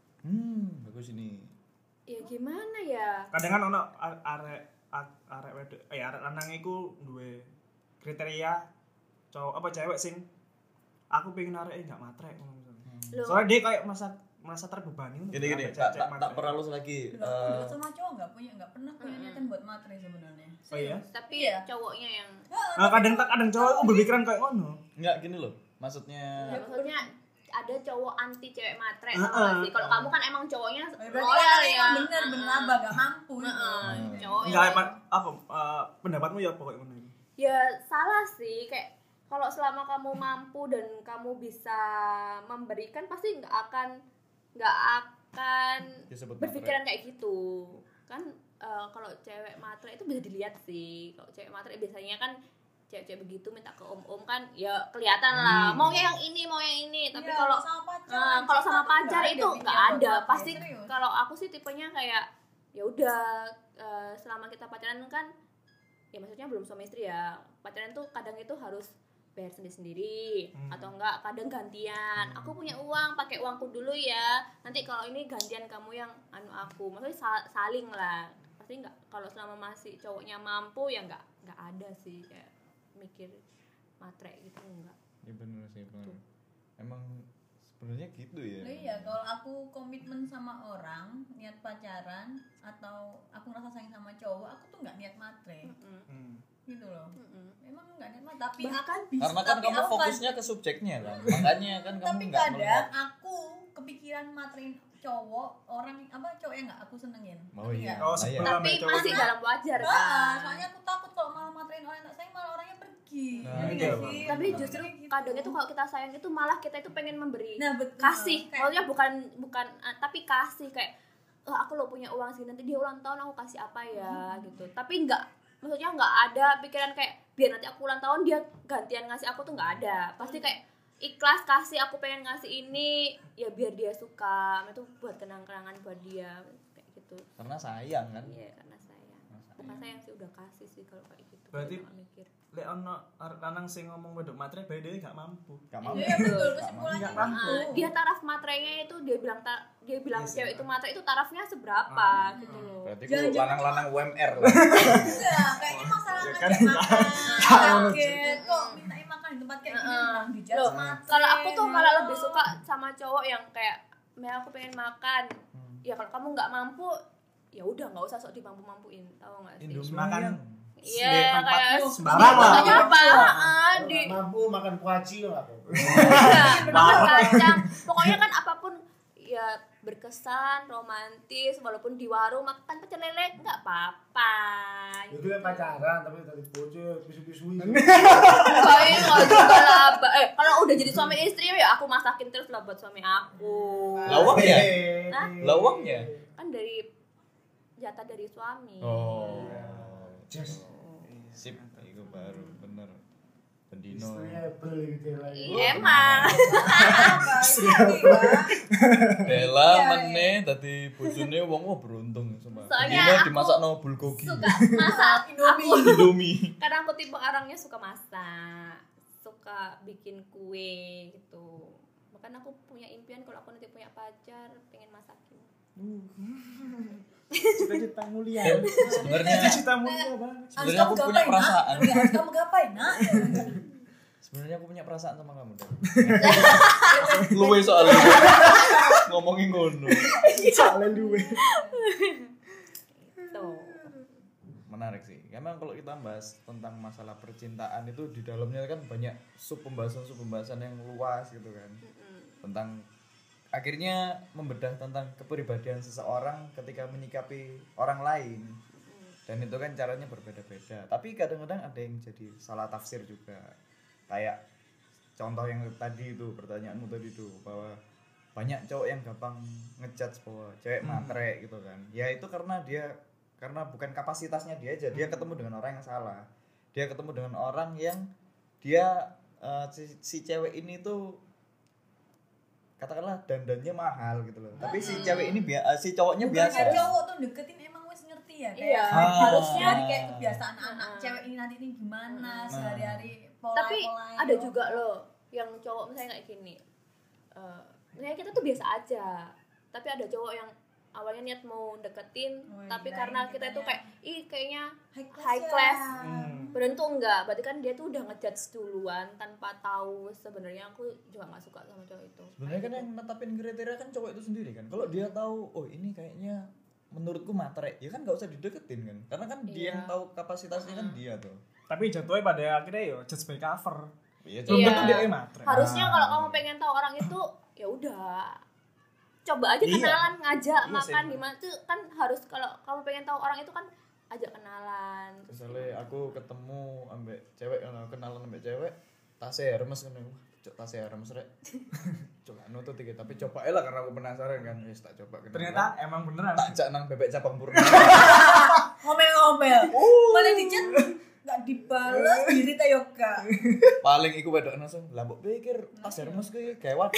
Hmm, bagus ini. Ya gimana ya? Kadang kan ono a- arek a- arek wedok eh arek lanang iku duwe kriteria cowok apa cewek sing aku pengen arek enggak matre ngono misalnya. Loh. Soalnya dia kayak merasa merasa terbebani untuk Gini gini, ambek tak cewek tak tak matre. perlu lagi. Loh, aku eh, juga sama cowok nggak punya nggak pernah punya niatan buat matre sebenarnya. Oh iya. Tapi Iya. cowoknya yang Nah, kadang tak kadang cowok aku berpikiran kayak ngono. Enggak gini loh. Maksudnya ya, maksudnya ada cowok anti cewek matre Heeh. tau gak sih? Kalau kamu kan emang cowoknya Oh, ya berarti loyal kan ya. emang bener bener apa nggak mampu. gitu. Heeh, Hmm. cowok Enggak yang apa apa eh, pendapatmu ya pokoknya ngono iki. ya salah sih, kayak kalau selama kamu mampu dan kamu bisa memberikan pasti nggak akan nggak akan disebut berpikiran kayak gitu kan. Eh, kalau cewek matre itu bisa dilihat sih. Kalau cewek matre biasanya kan cewek-cewek begitu minta ke om-om kan ya kelihatan lah mau yang ini mau yang ini, tapi Iya, kalau sama pacar, Nah, kalau sama cinta tuh pacar nggak itu ada nggak pikiran ada buat pasti. matre, serius. Kalau aku sih tipenya kayak ya udah, eh, selama kita pacaran kan ya maksudnya belum suami istri ya, pacaran tuh kadang itu harus bayar sendiri-sendiri Hmm. atau enggak kadang gantian. Aku punya uang, pakai uangku dulu ya, nanti kalau ini gantian kamu yang anu aku, maksudnya sa- saling lah. Pasti enggak, kalau selama masih cowoknya mampu ya enggak enggak ada sih kayak mikir matre gitu enggak. Ya benar sih, benar. Emang sebenarnya gitu ya. Nah, iya, kalau aku komitmen sama orang, niat pacaran atau aku ngerasa sayang sama cowok, aku tuh nggak niat matre, Mm-mm. Hmm. gitu loh. Mm-mm. Emang nggak niat matre, tapi Bahkan aku bisa. Karena kan tapi kamu aku fokusnya ke subjeknya kan. Makanya kan kamu tapi enggak kadang aku kepikiran materin cowok orang apa cowok yang nggak aku senengin. Oh Ngerti iya. nggak? Oh, Nah, iya. sebelum tapi ya, cowok masih itu. dalam wajar Ah, kan. soalnya aku takut kalau malah materin orang yang tak sayang malah orangnya pergi. Nah, Ngerti iya, nggak Bang. sih? Tapi Aku justru mikirnya gitu. kadang itu kalau kita sayang itu malah kita itu pengen memberi nah betul kasih, Kayak- maksudnya bukan bukan ah, tapi kasih kayak oh, aku lo punya uang segini nanti dia ulang tahun aku kasih apa ya gitu. Tapi enggak, maksudnya enggak ada pikiran kayak biar nanti aku ulang tahun dia gantian ngasih aku tuh enggak ada. Pasti kayak ikhlas kasih, aku pengen ngasih ini ya biar dia suka, itu buat kenang-kenangan buat dia kayak gitu. Karena sayang kan. Iya karena sayang. Bukan sayang sih, udah kasih sih kalau kayak gitu. Berarti- Kalau mikir. Lek ono arek lanang sing ngomong wedok matre bae dhewe gak mampu. Gak mau. Iya betul kesimpulannya Nggak mampu. gitu. Ah, dia taraf matrenya itu dia bilang ta- dia bilang Yes, cewek ya. itu matre itu tarafnya seberapa Ah. gitu loh. Berarti ku Jangan-jangan lanang-lanang U M R lah. Enggak, kayaknya masalah Ya ngajak kan, makan. Kaget kok mintain makan di tempat kayak gini Heeh. orang dijudge Loh, matre. kalau aku tuh malah malah. lebih suka sama cowok yang kayak Mel aku pengen makan. Ya kalau kamu nggak mampu ya udah nggak usah sok dimampu-mampuin, tahu nggak sih? Indomie Makan yang Iya, di tempat kayak sembarang lah. Makanya apa? Ah, Kalau di nggak mampu makan kuaci lo nggak apa-apa. makan kacang. Pokoknya kan apapun ya berkesan, romantis, walaupun di warung makan pecel lele nggak apa-apa. Itu kan pacaran tapi tadi bocor pisu-pisuin. Baik, nggak juga lah. Ba- Eh, kalau udah jadi suami istri ya aku masakin terus lah buat suami aku. lawaknya. Hah? Lawaknya. Kan dari jatah dari suami. Oh. Just Sip, itu baru bener. Pendino. istrinya beli gitu lagi. Iya, emang. Bella Iya, meneh dadi bojone wong wah beruntung sama. Soalnya Pendino aku dimasakno bulgogi. Suka masak. Indomie. Aku Indomie. karena aku tipe orangnya suka masak, suka suka bikin kue gitu. Bahkan aku punya impian kalau aku nanti punya pacar pengen masakin. Cita-cita mulia. Sebenarnya Cita mulia banget. sebenarnya aku punya perasaan. Harus kamu gapai, Nak. Sebenarnya aku punya perasaan sama kamu, Dan. Luwe soalnya ngomongin ngono. Soalnya duwe. Tuh. Menarik sih. Emang kalau kita bahas tentang masalah percintaan itu di dalamnya kan banyak sub pembahasan sub pembahasan yang luas gitu kan. Tentang akhirnya membedah tentang kepribadian seseorang ketika menyikapi orang lain. Dan itu kan caranya berbeda-beda. Tapi kadang-kadang ada yang jadi salah tafsir juga. Kayak contoh yang tadi itu, pertanyaanmu tadi itu, bahwa banyak cowok yang gampang ngejudge bahwa cewek matre gitu kan. Ya itu karena dia karena bukan kapasitasnya dia aja, dia ketemu dengan orang yang salah. Dia ketemu dengan orang yang dia uh, si, si cewek ini tuh katakanlah dandannya mahal gitu loh. Tapi si cewek ini bia- uh, si cowoknya biasa. Bukan cowok tuh deketin emang wes ngerti ya kayak Iya. harusnya Ah. dari kayak kebiasaan anak Ah. cewek ini nanti ini gimana Nah. sehari-hari pola Tapi ada juga loh yang cowok misalnya kayak gini. Eh, misalnya kita tuh biasa aja. Tapi ada cowok yang awalnya niat mau deketin, Oh, tapi kirain karena kita kitanya itu kayak ih kayaknya high class, high class. ya. Hmm. Padahal tuh enggak, berarti kan dia tuh udah ngejudge duluan tanpa tahu sebenarnya aku juga nggak suka sama cowok itu. Sebenarnya kan yang netapin kriteria kan cowok itu sendiri kan. Kalau dia tahu, oh ini kayaknya menurutku matre, ya kan nggak usah dideketin kan. Karena kan dia Iya. yang tahu kapasitasnya kan dia tuh. Tapi jatuhnya pada akhirnya yo judge by cover. Iya, Belum Iya. tentu dia matre. Harusnya Ah. kalau kamu pengen tahu orang itu ya udah coba aja Iya. kenalan, ngajak Iya makan sih. di mana tuh kan harus kalau kamu pengen tahu orang itu kan ajak kenalan. Terus Misalnya aku ketemu ambek cewek, eh, kenalan ambek cewek, tasnya Hermes kan. Wah, cok tasnya Hermes rek. Coba nutut iki, tapi coba aja lah karena aku penasaran kan. Wis tak coba kenalan. Ternyata emang beneran. tak jak nang bebek cabang purna. Ngomel-ngomel. Uh. Mana di chat enggak dibalas diri ta yoga. Paling iku wedok langsung, lah mbok pikir tas Hermes ki kayak wadah.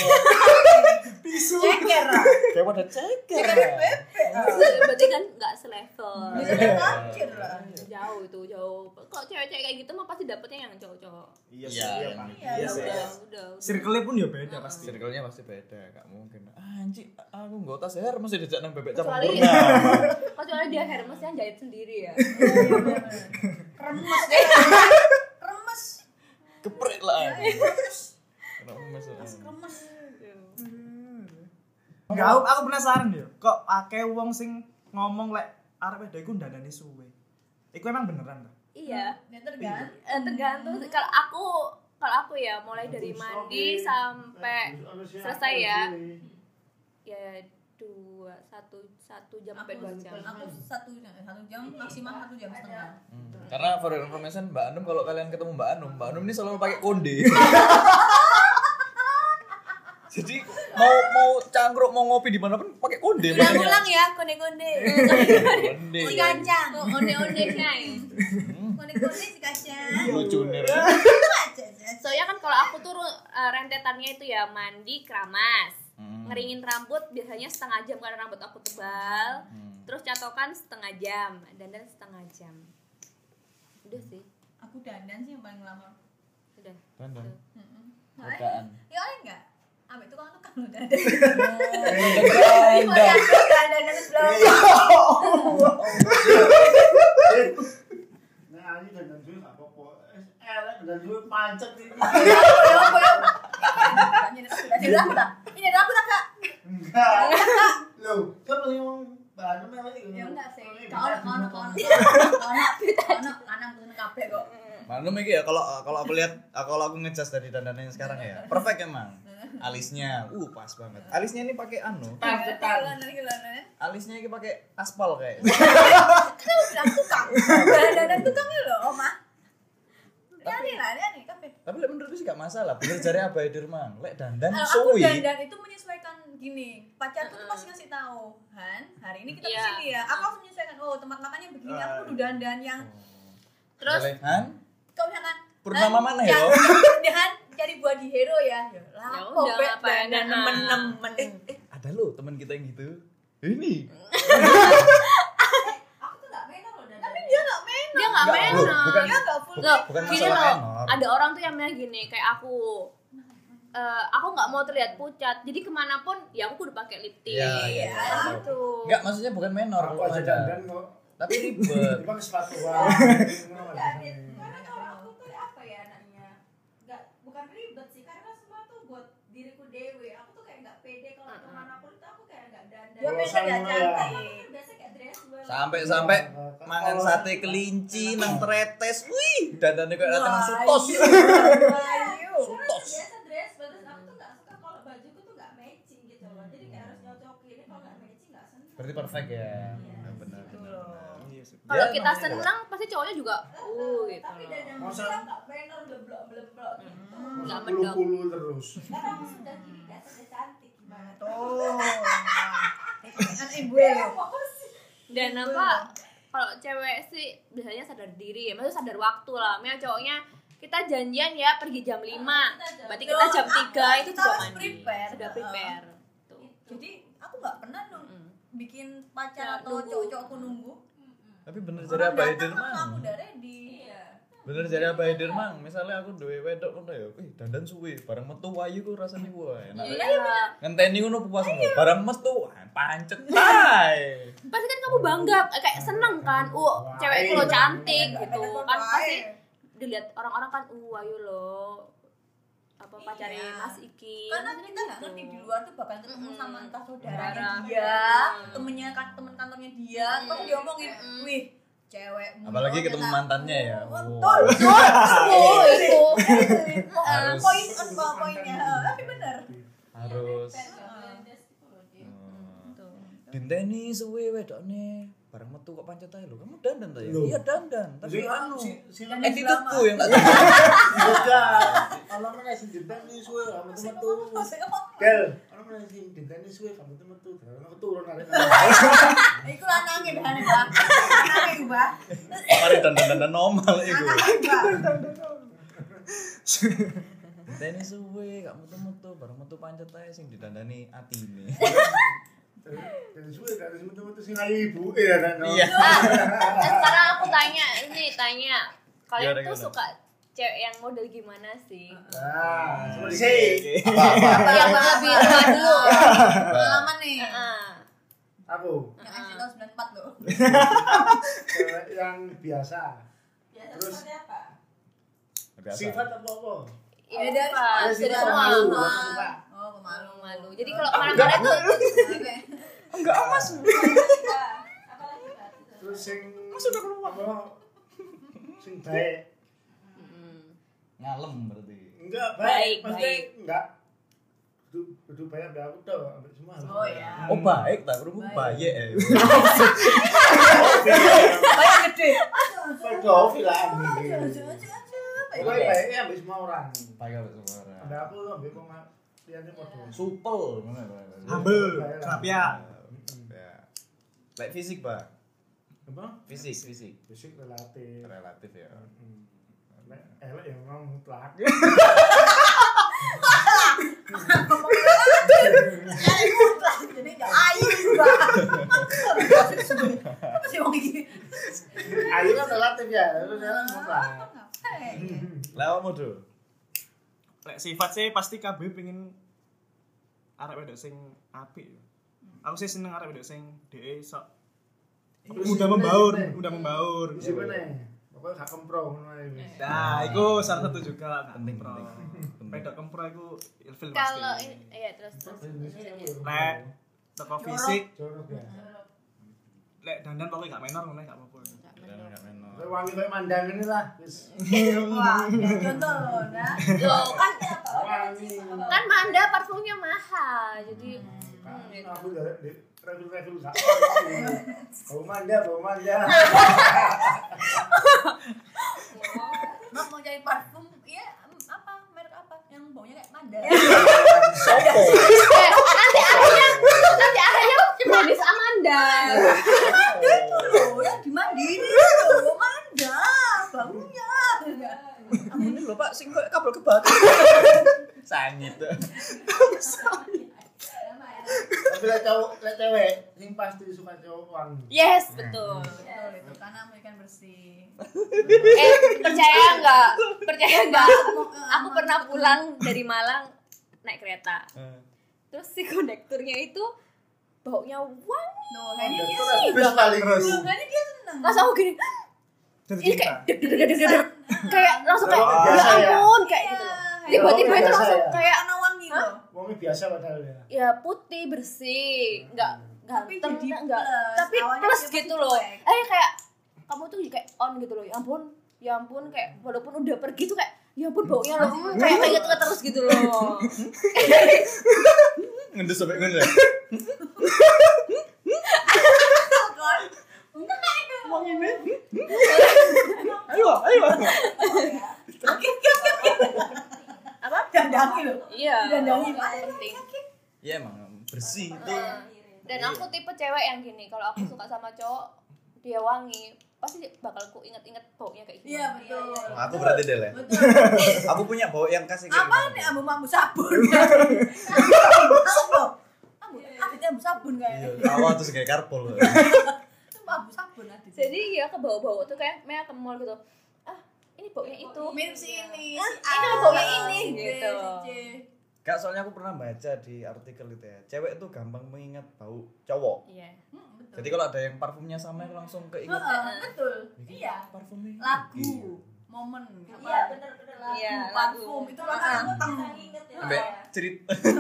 Ceker lah. Kayak wadah ceker. berarti kan nggak selevel. Bisa ditancir lah. Jauh itu jauh. Kok cewek-cewek kayak gitu mah pasti dapetnya yang cowok-cowok. Iya Iya, iya, yang- Pak. iya, Iya Ya sih. udah, udah. udah. Circle-nya pun ya beda pasti. Circle-nya pasti beda, gak mungkin. Anjir, aku nggak tas Hermes dijak nang bebek cabang Kecuali purna. kecuali dia Hermes yang jahit sendiri ya. Remes deh. Remes. Keprek lah. Remes. Remes. Enggak, aku, aku penasaran yo. Kok akeh wong sing ngomong lek arep wedo iku ndandani suwe. Iku emang beneran ta? Iya. Ya tergantung. Eh, tergantung sih. Kalau aku kalau aku ya mulai dari mandi sampai selesai ya. Ya dua satu satu jam sampai dua jam. Aku satu satu jam maksimal satu jam setengah. Hmm. Karena for your information Mbak Anum, kalau kalian ketemu Mbak Anum, Mbak Anum ini selalu pakai konde. Jadi mau mau cangkruk mau ngopi di mana pun pakai konde. Ulang-ulang ya konde-konde. Konde. Si kacang. Onde-onde Shay. Konde-konde si kacang. Lucu nih. Soalnya kan kalau aku tuh uh, rentetannya itu ya mandi, keramas, Hmm. ngeringin rambut biasanya setengah jam karena rambut aku tebal. Hmm. Terus catokan setengah jam, dandan setengah jam. Udah sih, Aku dandan sih yang paling lama. udah. Dandan. Heeh. Bukaan. Ya oleh enggak? Ambek tukang tukang lu dandan. Dandan. Dandan kan belum. Nah, ini dandan dulu enggak apa-apa. Eh, dandan dulu pancet ini. Ayo ayo. Ini aku tak. Ini aku tak Kak. Enggak. Loh, kan paling ngomong bahan melek iki. Ya enggak sih. Kau ono ono ono. Ono ono lanang tuh kabeh kok. Malum iki ya kalau kalau aku lihat kalau aku ngecas dari dandannya sekarang ya. Perfect emang. Alisnya, uh pas banget. Alisnya ini pakai anu. Tahan tahan. Alisnya ini pakai aspal kayak. Bilang tukang. Dandan tukang lho, Oma. Ya nih lah, ya nih kabeh. Tapi lek menurutku sih gak masalah. Bener jare Abai Dirman. Lek dandan Kalau aku suwi. dandan itu menyesuaikan gini. Pacarku tuh pasti ngasih tahu, Han, hari ini kita Iya. kesini ya. Aku harus menyesuaikan. Oh, tempat makannya begini. Aku kudu dandan yang Terus Han, kau misalkan Purnama Han, mana ya? ya? Han cari buah di hero ya. Ya lah, Ya kok udah, be ngapain, dandan nah. nemen-nemen. Eh, eh, ada loh teman kita yang gitu. Ini. Aku tuh gak menor loh dandan. Tapi dia gak menor. dia nggak Enggak, menor. loh, bukan. Dia gak full Loh, bukan gini masalah loh, menor. ada orang tuh yang bilang gini, kayak aku eh, aku nggak mau terlihat pucat, jadi kemanapun ya aku udah pakai lip tint. Iya, iya, iya. Gitu. Enggak, maksudnya bukan menor Aku kalau aja ada. dandan kok. Tapi ribet. Dipakai sepatu wah. Karena kalau aku tuh apa ya anaknya nggak bukan ribet sih karena semua tuh buat diriku dewe. Aku tuh kayak nggak pede kalau kemanapun itu aku kayak nggak dandan. Dia biasa Bosan gak ya. cantik. Biasa kayak dress wear. Sampai-sampai mangan sate kelinci nang tretes. Wih, dandannya kayak datang Wah, sutos. iya. Sutos. Biasa dress wear terus aku tuh nggak suka kalau bajuku tuh nggak matching gitu loh. Jadi kayak harus nyocokin kalau nggak matching nggak seneng. Berarti perfect ya. Iya, Benar. gitu loh. Iya sih. Kalau Ya, kita namanya senang pasti cowoknya juga uh gitu. Tapi dandan Masa- kita nggak banner bleblok-bleblok gitu. Nggak Puluh mendok. puluh terus. Karena aku sudah gini kan sudah cantik gimana tuh. Oh. Kan ibu ya. Dan apa kalau cewek sih biasanya sadar diri ya, maksudnya sadar waktu lah. Maksudnya cowoknya kita janjian ya pergi jam lima, berarti kita jam tiga itu Kita juga harus mandi. prepare. Sudah prepare. Tuh. Jadi aku nggak pernah dong Mm. bikin Ya, pacar atau nunggu. cowok-cowokku nunggu. Tapi bener Orang jadi apa datang Eder memang aku mang? udah ready. Iya. Bener jadi apa Eder mang? Misalnya aku duwe wedok ngono ya, ih dandan suwe, bareng metu wayu ku rasane wae enak. Iya. Ngenteni ngono puas ngono, bareng metu ah, pancet tai. Pasti kan kamu bangga, eh, kayak seneng kan. Uh, cewekku lo cantik gitu. Kan pasti dilihat orang-orang kan, uh ayo lo apa pacarnya Iya. Mas Iki. Karena Maksudnya kita nggak gitu. ngerti di luar tuh bakal ketemu Mm-mm. sama entah saudaranya Saudara. dia, Mm. temennya kan temen kantornya dia, Mm. terus diomongin, Mm. wih cewek. Apalagi ketemu mantannya ya. Betul. Wow. Oh, itu. Harus. Poin apa poinnya? Tapi bener. Harus dinteni suwe wedokne, bareng metu kok pancet ae lho. Kamu dandan ta ya? Loh. Iya dandan, tapi Sing anu si si Dan attitude-ku selama- yang tak Enggak. Kalau mana sing ditani suwe kamu tuh metu. Del, kalau mana sing ditani suwe kamu tuh metu. Karena aku turun arek. Iku lanangin kan ya. Lanangin Mbak. mari dandan-dandan normal iku. Lanangin Mbak. Dinteni suwe, kamu metu metu, bareng metu pancet ae sing didandani atine. Dan suwe dari metu-metu sing ayu ibu ya kan. Iya. Nah, sekarang aku tanya, ini tanya. Kalian Gimana, tuh gimana? suka cewek yang model gimana sih? Nah, seperti sih. Apa-apa. Yang lebih tua dulu. Pengalaman nih. Heeh. Aku Yang asli tahun sembilan puluh empat loh. cewek yang biasa. Biasa Terus- seperti apa? Biasa. Sifat apa apa? Ya, Beda sifat. Ada Jadi sifat semua. malu. Pemalu. Oh pemalu. Malu. Jadi kalau kemana-mana tuh Enggak, Mas. Apalagi Pak? Terus sing sudah keluar apa? Sing baik. Ngalem berarti. Enggak Baik, baik. Maksudnya baik. enggak. Kudu kudu baik ambek aku tok, ambek semua. harus Oh baik. ya. Oh baik tak kerungu Baik. baik eh. Banyak gede. Pedofil lah Aduh, ini. aduh, aduh, aduh. Baik baiknya ambek semua orang. Baik apa semua. Ambek aku ambek wong liyane padha. Supel ngono ya. Humble, kerapia. Ya. Like fisik, Pak. Apa? Fisik, fisik. Fisik relatif. Relatif ya. Hmm. Nek elek ya memang mutlak. Jadi enggak ayu juga. Apa sih wong iki? Ayu kan relatif ya, terus elek mutlak. Lah apa tuh? Lek sifat sih pasti K B pengen arek wedok sing apik. Aku sih seneng arek wedok sing dhek sok udah membaur, udah membaur. Isi mana? Pokoknya gak kempro ngono ae wis. Nah, itu salah satu juga nggak Penting, kempro. penting. Wedok kempro itu ilfil pasti. kalau ini iya terus terus. Lek toko fisik, Jorok ya. lek dandan pokoknya gak menor ngono gak apa-apa. Dan enggak menor. Kayak wangi kayak mandang ini lah, wis. Wah, ya contoh loh, nah. Loh, kan Wangi. kan Manda parfumnya mahal. Jadi Kan hmm, aku dari di review-review gak. Bau manja, bau manja. Mak mau cari parfum, iya em, apa merek apa yang baunya kayak manda. Sopo. eh, nanti akhirnya nanti akhirnya manis Amanda. Manda itu loh, yang dimandiin itu loh, manda baunya. Ini lho Pak, sing kok kabel kebatu. Sangit. Tapi lek cowok, lek cewek sing sing pasti suka cowok wangi. Yes, betul. Betul itu karena ikan bersih. Eh, percaya nggak? Percaya nggak? Aku pernah pulang dari Malang naik kereta. Terus si kondekturnya itu baunya wangi. Loh, ini dia Terus sih. habis paling Terus. Loh, ini dia seneng. Langsung aku gini, Jatuh ini cinta. kayak deg deg deg deg deg kayak langsung kayak Oh, ya biasa ya? ampun kayak gitu loh. Tiba-tiba itu biasa langsung ya? kayak Karena wangi loh. Wongnya biasa padahal ya. ya putih bersih, nggak Tapi ganteng, jadi nggak plus. tapi Awalnya plus dia gitu pasti loh. cuek. Eh kayak kamu tuh kayak on gitu loh. Ya ampun, ya ampun kayak walaupun udah pergi tuh kayak ya ampun baunya loh kayak kayak gitu terus gitu loh. Ngendus sampai ngono ya. Ayo, ayo. Apa? Dandangi loh. Iya. Dandangi penting. Ya emang bersih itu. Dan aku tipe cewek yang gini, kalau aku suka sama cowok dia wangi, pasti bakal ku inget-inget baunya kayak gimana. Iya betul. Oh, aku berarti deh ya. Betul. Aku punya bau yang kasih kayak Apa gimana? nih ambu-ambu sabun? Ambu, ambu, ambu ambu sabun Iya, kayak. awal terus kayak karpol. Itu ambu sabun ada. Jadi ya ke bau-bau tuh kayak Mea ke mall gitu. Ah, ini baunya itu. mirip si ini. Ah, si ini A, baunya si ini, B, gitu. si C. Kak, soalnya aku pernah baca di artikel itu ya. Cewek itu gampang mengingat bau cowok. Iya. Hmm, betul. Jadi kalau ada yang parfumnya sama aku langsung keinget Heeh, betul. "Ini Iya. parfumnya. ini." Lagu, momen. Iya bener-bener lah. Iya, Parfum itu langsung Bisa teng. inget ya. Ambek cerit.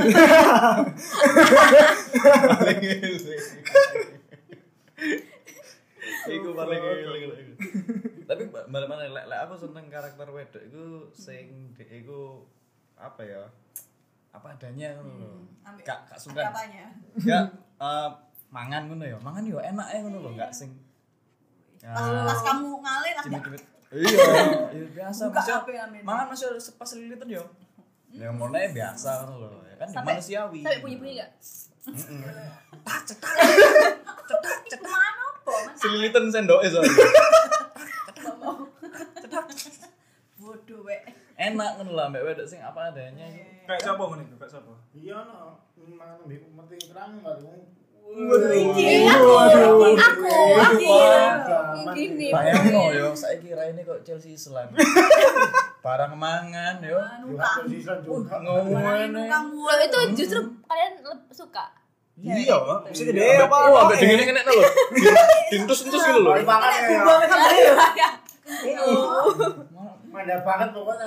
Iku paling ngeling. Tapi balik mana lek lek aku seneng karakter wedok iku sing dhek iku apa ya? Apa adanya ngono lho. Ambek Kak kak sungkan. apanya? Enggak eh, mangan ngono ya. Mangan yo enake ngono lho, enggak sing Pas, pas kamu ngalir aja. cimit-cimit. Iya, iya biasa Buka masih. H P amin. Mangan masih pas lilitan yo. Ya ngono ae biasa ngono lho. Ya kan Sampai- manusiawi. Sampai bunyi-bunyi enggak? Itu mana apa? Mas? Selilitan sendoke soalnya. Bodoh wek. Enak ngono lah mbak wedok sing apa adanya iku. Kayak siapa ngene iku? Kayak siapa? Iya no, mangan mbek mati kerang baru. Iya, Waduh, aku, waduh. aku, Gaman. gini. Bayangno yo saiki raine kok Chelsea Island. Barang mangan yo. Yo hak sisa juga. Ngomongin. kamu. Loh, itu justru kalian leb- suka. Iya, Pak. Bisa gede Ambek- apa? Oh, ambek dengene kene lho. Dintus-entus gitu lho. Mari banget ya. Buang sampai ya. Manda banget pokoknya.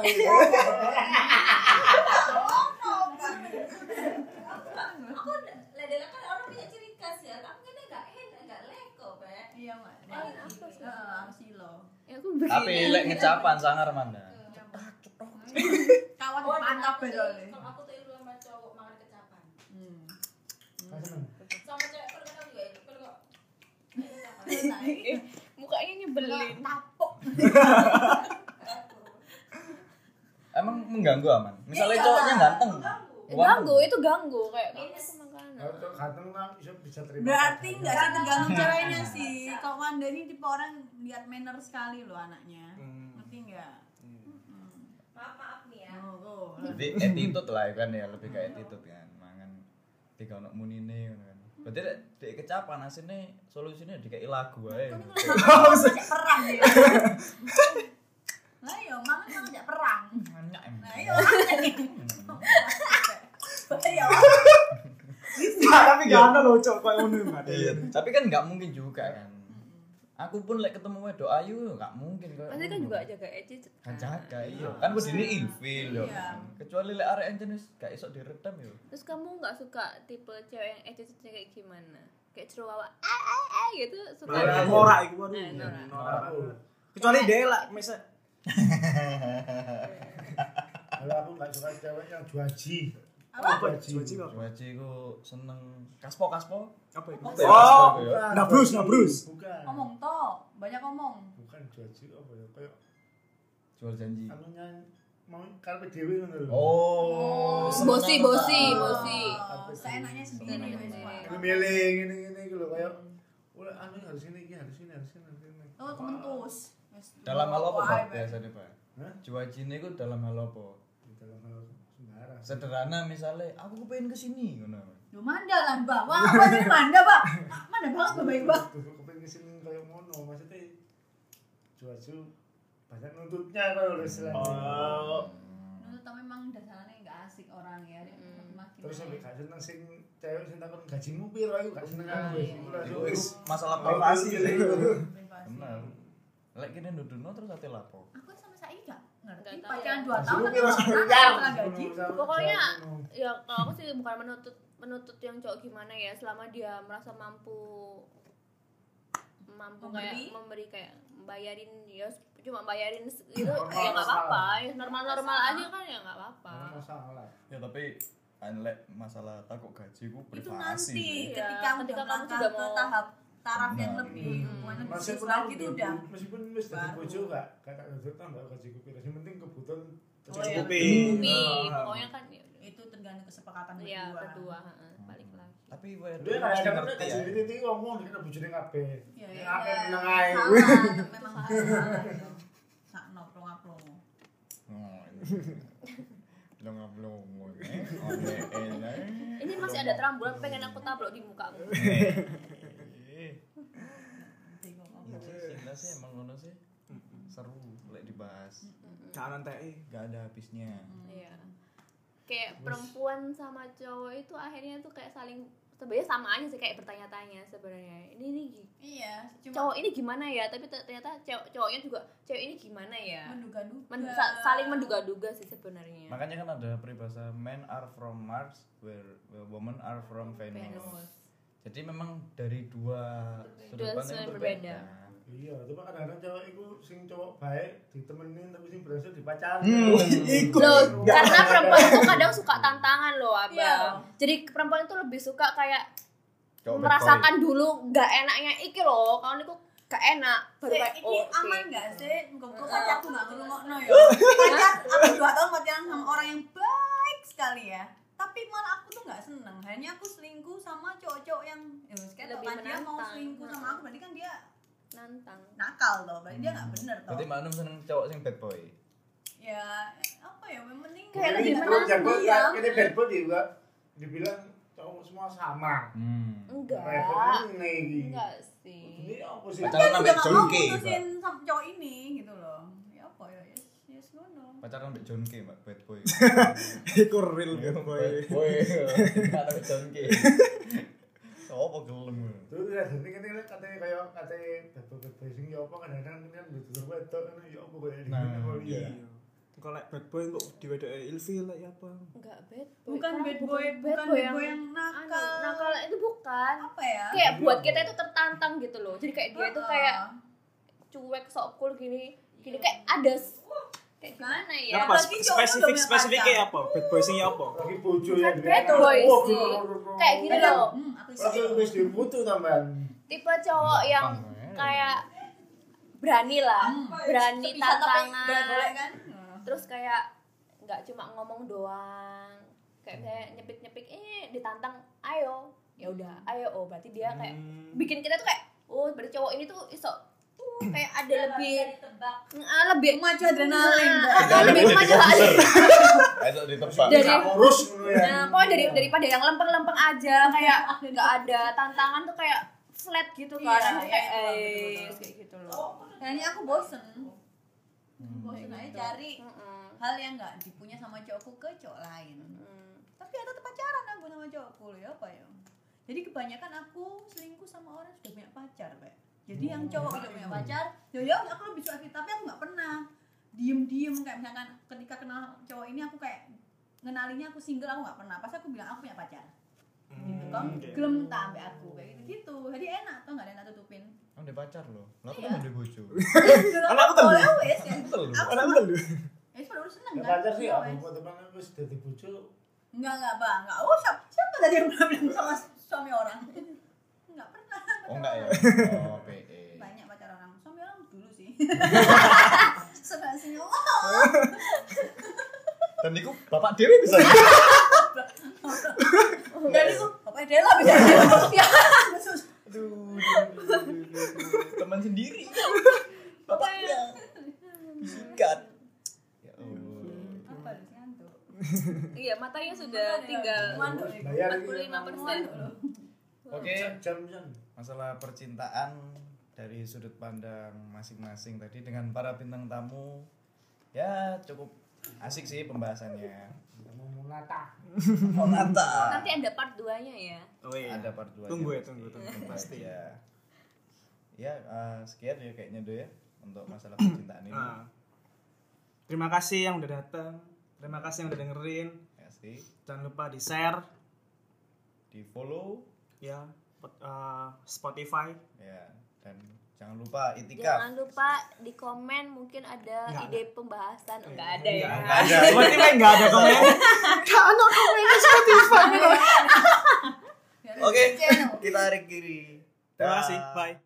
Aku ledela kan orang punya ciri khas ya. Kamu kan enggak enak, enggak leko, Pak. Iya, Mak. Paling aku sih. Heeh, silo. Ya aku beri. Tapi lek ngecapan sangar Manda. Kawan Oh, mantap aku tuh- bedol. kalau aku tuh ilmu sama cowok makan kecapan. Hmm. Sama cewek kalau kadang juga itu kalau kok Nah, ini Mukanya nyebelin. tapok. Emang mengganggu aman. Misalnya Iya. cowoknya ganteng. Ganggu, itu ganggu kayak kamu tuh makanan. Kalau ganteng lah bisa bisa terima. Berarti enggak sih tergantung ceweknya sih. Kalau Wanda ini tipe orang lihat manner sekali loh anaknya. Hmm. Ngerti enggak? maaf maaf nih ya. Oh, oh. Jadi attitude lah kan ya, lebih ke attitude kan. Mangan tiga ono munine ngono kan. Berarti lek dek kecapan asine solusine dikai lagu ae. Perang ya. Lah yo mangan mangan jak perang. Banyak em. Nah, yo mangan. Ayo. Tapi gak ada loh cok kayak ngono Mas. Iya, tapi kan nggak mungkin juga kan. Aku pun lek ketemu wedok ayu nggak mungkin kok. Pasti kan juga jaga attitude. Kan jaga iya. Kan wis ini ilfil yo. Iya. Kecuali lek arek jenis gak iso diredam yo. Terus kamu nggak suka tipe cewek yang attitude-nya kayak gimana? Kayak cerowawa, ah ah ah gitu suka. Nah, nggak? norak iku waduh. Eh, norak. Norak banget. Kecuali Dela, misal Kalau aku nggak suka cewek yang juaji. Apa? Juaji. Juaji apa? Juaji ku seneng kaspo kaspo. Apa itu? Apa ya, Oh, kaspo ya? nabrus, nabrus. Bukan. Ngomong toh, banyak ngomong. Bukan juaji apa ya? Kayak Jual janji. anunya mau karpe dewe ngono lho. Oh, Bosi, bosi, bosi. Oh, seenaknya sendiri Seenaknya wis, sendiri. Pak. Ini milih ngene-ngene iki lho kayak oleh anu harus ini iki harus ini harus ini harus ini. Oh, kementus. Wis. dalam hal apa Wah, Pak Pak. biasanya Pak? Hah? Juaji ini ku dalam hal apa? Di dalam hal sembarang. Sederhana misalnya aku kepengen ke sini ngono. Lu manda lah, Mbak. Wah, apa sih manda, Pak? Manda banget Mbak baik, Mbak. Aku kepengen kesini kayak mono, maksudnya cuacu banyak nuntutnya kalau udah selain. Oh. Menurut tapi memang dasarnya nggak asik orang ya. Makin Terus sampai gak seneng sing cewek sing takon gajimu piro aku gak seneng aku. Itu wis masalah privasi privasi sih. privasi. Benar. Lek kene nuduno terus ate lapo. Aku sama saya nggak ngerti. Nggak tahu. Pacaran dua tahun Gajimu tapi piro nggak pernah miliar. pernah gaji. Pokoknya ya kalau aku sih bukan menuntut menuntut yang cowok gimana ya, selama dia merasa mampu mampu Memberi. kayak memberi kayak bayarin ya cuma bayarin se- itu Normal, ya nggak normal. apa-apa ya normal-normal aja kan ya nggak apa-apa. Nggak masalah. Ya tapi lek masalah takut gaji ku Itu privasi. nanti sih. Iya, ketika udah ketika kamu melangkah sudah ke mau- tahap taraf yang Benar. lebih hubungan lebih serius Meskipun lagi aku itu udah meskipun wis dadi baru. bojo gak gak tak duduk tambah gajiku piro. Yang penting kebutuhan Oh, iya. Tercukupi. Tapi Nah, pokoknya kan ya udah. itu tergantung kesepakatan ya berdua. berdua heeh, balik lagi. Tapi wae Dia mesti kadang-kadang ngerti gaji ya. titik ngomong dikira bojone kabeh. Ya, Nek ya, kabeh ya. meneng ae. Salah, memang salah itu. Sak noplong-noplong. Oh, Belum-belum. Oleh Ini masih ada terambulan pengen aku tablok di mukamu. Cinta sih emang ngono sih. Seru lek dibahas. Jangan teh. Gak ada habisnya. Iya. Kayak perempuan sama cowok itu akhirnya tuh kayak saling sebenarnya sama aja sih kayak bertanya-tanya sebenarnya. Ini ini gi- Iya, cuma cowok ini gimana ya? Tapi ter- ternyata cowok cowoknya juga cewek ini gimana ya? menduga-duga. Men- sa- saling menduga-duga sih sebenarnya. Makanya kan ada peribahasa men are from Mars where, where women are from Venus. Venus. Jadi memang dari dua sudut Dua pandang sudut yang berbeda. Iya, tapi kadang-kadang cowok iku sing cowok baik ditemenin tapi sing berhasil dipacarin. Iku. Loh, karena perempuan itu kadang suka tantangan loh, Abang. Iya. Jadi perempuan itu lebih suka kayak Cowok bad merasakan dulu gak enaknya iki loh. Kalau niku gak enak baru Sik, kayak iki oh, aman oke. gak sih? Engkau pacarku gak ngerungokno ya. Pacar aku dua tahun pacaran sama orang yang baik sekali ya. Tapi malah aku tuh gak seneng. Hanya aku selingkuh sama cowok-cowok yang ya wis ketok Lebih kan dia mau menantang. selingkuh sama aku berarti kan dia nantang. nakal toh. Berarti dia gak bener toh. Berarti Mbak Num seneng cowok sing bad boy. Ya apa ya yang penting Kayak lebih Ini menantang, jago iya. kan ini bad boy juga dibilang cowok semua sama. Hmm. Enggak. Repot ini iki. Enggak sih. Ini apa sih? Pacaran juga sampai gak John mau K, putusin sama cowok ini gitu loh. Ya apa ya? Yes, yes ngono. Pacaran mbek John K, Mbak, bad boy. Iku real bad boy. Bad boy. Pacaran mbek John K. Sopo gelem. Terus ya jadi kan ini katanya kayak katanya bad boy bad boy sing ya apa kadang-kadang kan duduk wedok kan ya apa kayak di Nah, apa iya. iya. Kalau like bad boy kok diwedoke ilfil like apa? Enggak bad boy. Bukan Karena bad boy, bukan bad boy yang nakal. anu, nakal itu bukan. Apa ya? Kayak buat kita itu tertantang gitu loh. Jadi kayak dia tuh Ah. kayak cuek sok cool gini. Gini kayak ada s- kayak gimana ya? Apa Apalagi cowok spesifik udah punya spesifiknya pacar. apa? Bad boy sing ya apa? Lagi bojo ya. Bukan bad boy sih. Kayak gini loh. Hmm, Lagi apresiasi. wis dibutuh tambahan. Tipe cowok yang kayak berani lah, berani Bisa tapi tantangan. boleh kan? Terus kayak nggak cuma ngomong doang, kayak kayak nyepik nyepik eh ditantang, ayo, ya udah, ayo, oh berarti dia kayak Hmm. bikin kita tuh kayak, oh berarti cowok ini tuh iso tuh kayak ada lebih, Tebak. ah, lebih Memacu adrenalin. ah, ah, lebih maju lagi Ayo ditebak. dari, Gak urus ngono ya. nah pokoknya dari daripada yang lempeng-lempeng aja kayak nggak ada tantangan tuh kayak flat gitu kan, Iya, Nanti kayak iya, eh betul-betul. kayak gitu loh. Dan ini aku bosen. Bosen aja cari Mm-mm. hal yang nggak dipunya sama cowokku ke cowok lain. Mm. Tapi ya tetap pacaran aku sama cowokku ya apa ya? Jadi kebanyakan aku selingkuh sama orang yang sudah punya pacar, Pak. Jadi yang cowok udah punya pacar, ya ya aku lebih suka gitu. Tapi aku nggak pernah diem-diem kayak misalkan ketika kenal cowok ini aku kayak ngenalinya aku single aku nggak pernah. Pas aku bilang aku punya pacar. Gitu kan, oke. gelem tak ambek aku kayak gitu gitu. Jadi enak tuh nggak ada yang tak tutupin. Oh, dia pacar loh. Lah aku Iya. kan dia bojo. Anakku telu. Boleh wes ya. Betul. Aku Anakku seneng. telu. Ya sudah udah seneng Ya kan. pacar sih Ya aku wes. kok teman wis dadi bojo. Enggak enggak bang, enggak. Oh siapa siapa tadi yang pernah bilang sama suami orang? Enggak pernah. Oh enggak ya. Oh, P E. Banyak pacar orang. Suami orang dulu sih. Sudah sini. Oh. Dan niku bapak dewi bisa. Jadi tuh apa dia lah bisa. Ya. Aduh. Teman sendiri. Bapaknya. Sikat. Ya Allah. Apa sih ngantuk? Iya udah tinggal Bayar empat puluh lima persen. Oke, jam jam. masalah percintaan dari sudut pandang masing-masing tadi dengan para bintang tamu ya cukup asik sih pembahasannya. Monata. Monata. Nanti ada part dua-nya ya. Oh iya. Ada part dua. Tunggu ya, tunggu, tunggu. Pasti ya. Ya, uh, sekian ya kayaknya Do ya untuk masalah percintaan ini. Nah, terima kasih yang udah datang. Terima kasih yang udah dengerin. Ya sih. Jangan lupa di share Di follow ya pot- uh, Spotify. ya dan jangan lupa itikaf. Jangan lupa di komen mungkin ada Nggak ide pembahasan. Enggak ada ya. Enggak ada. Spotify enggak ada komen. Enggak ada komen di Spotify. Oke, kita akhiri. Terima kasih. Bye.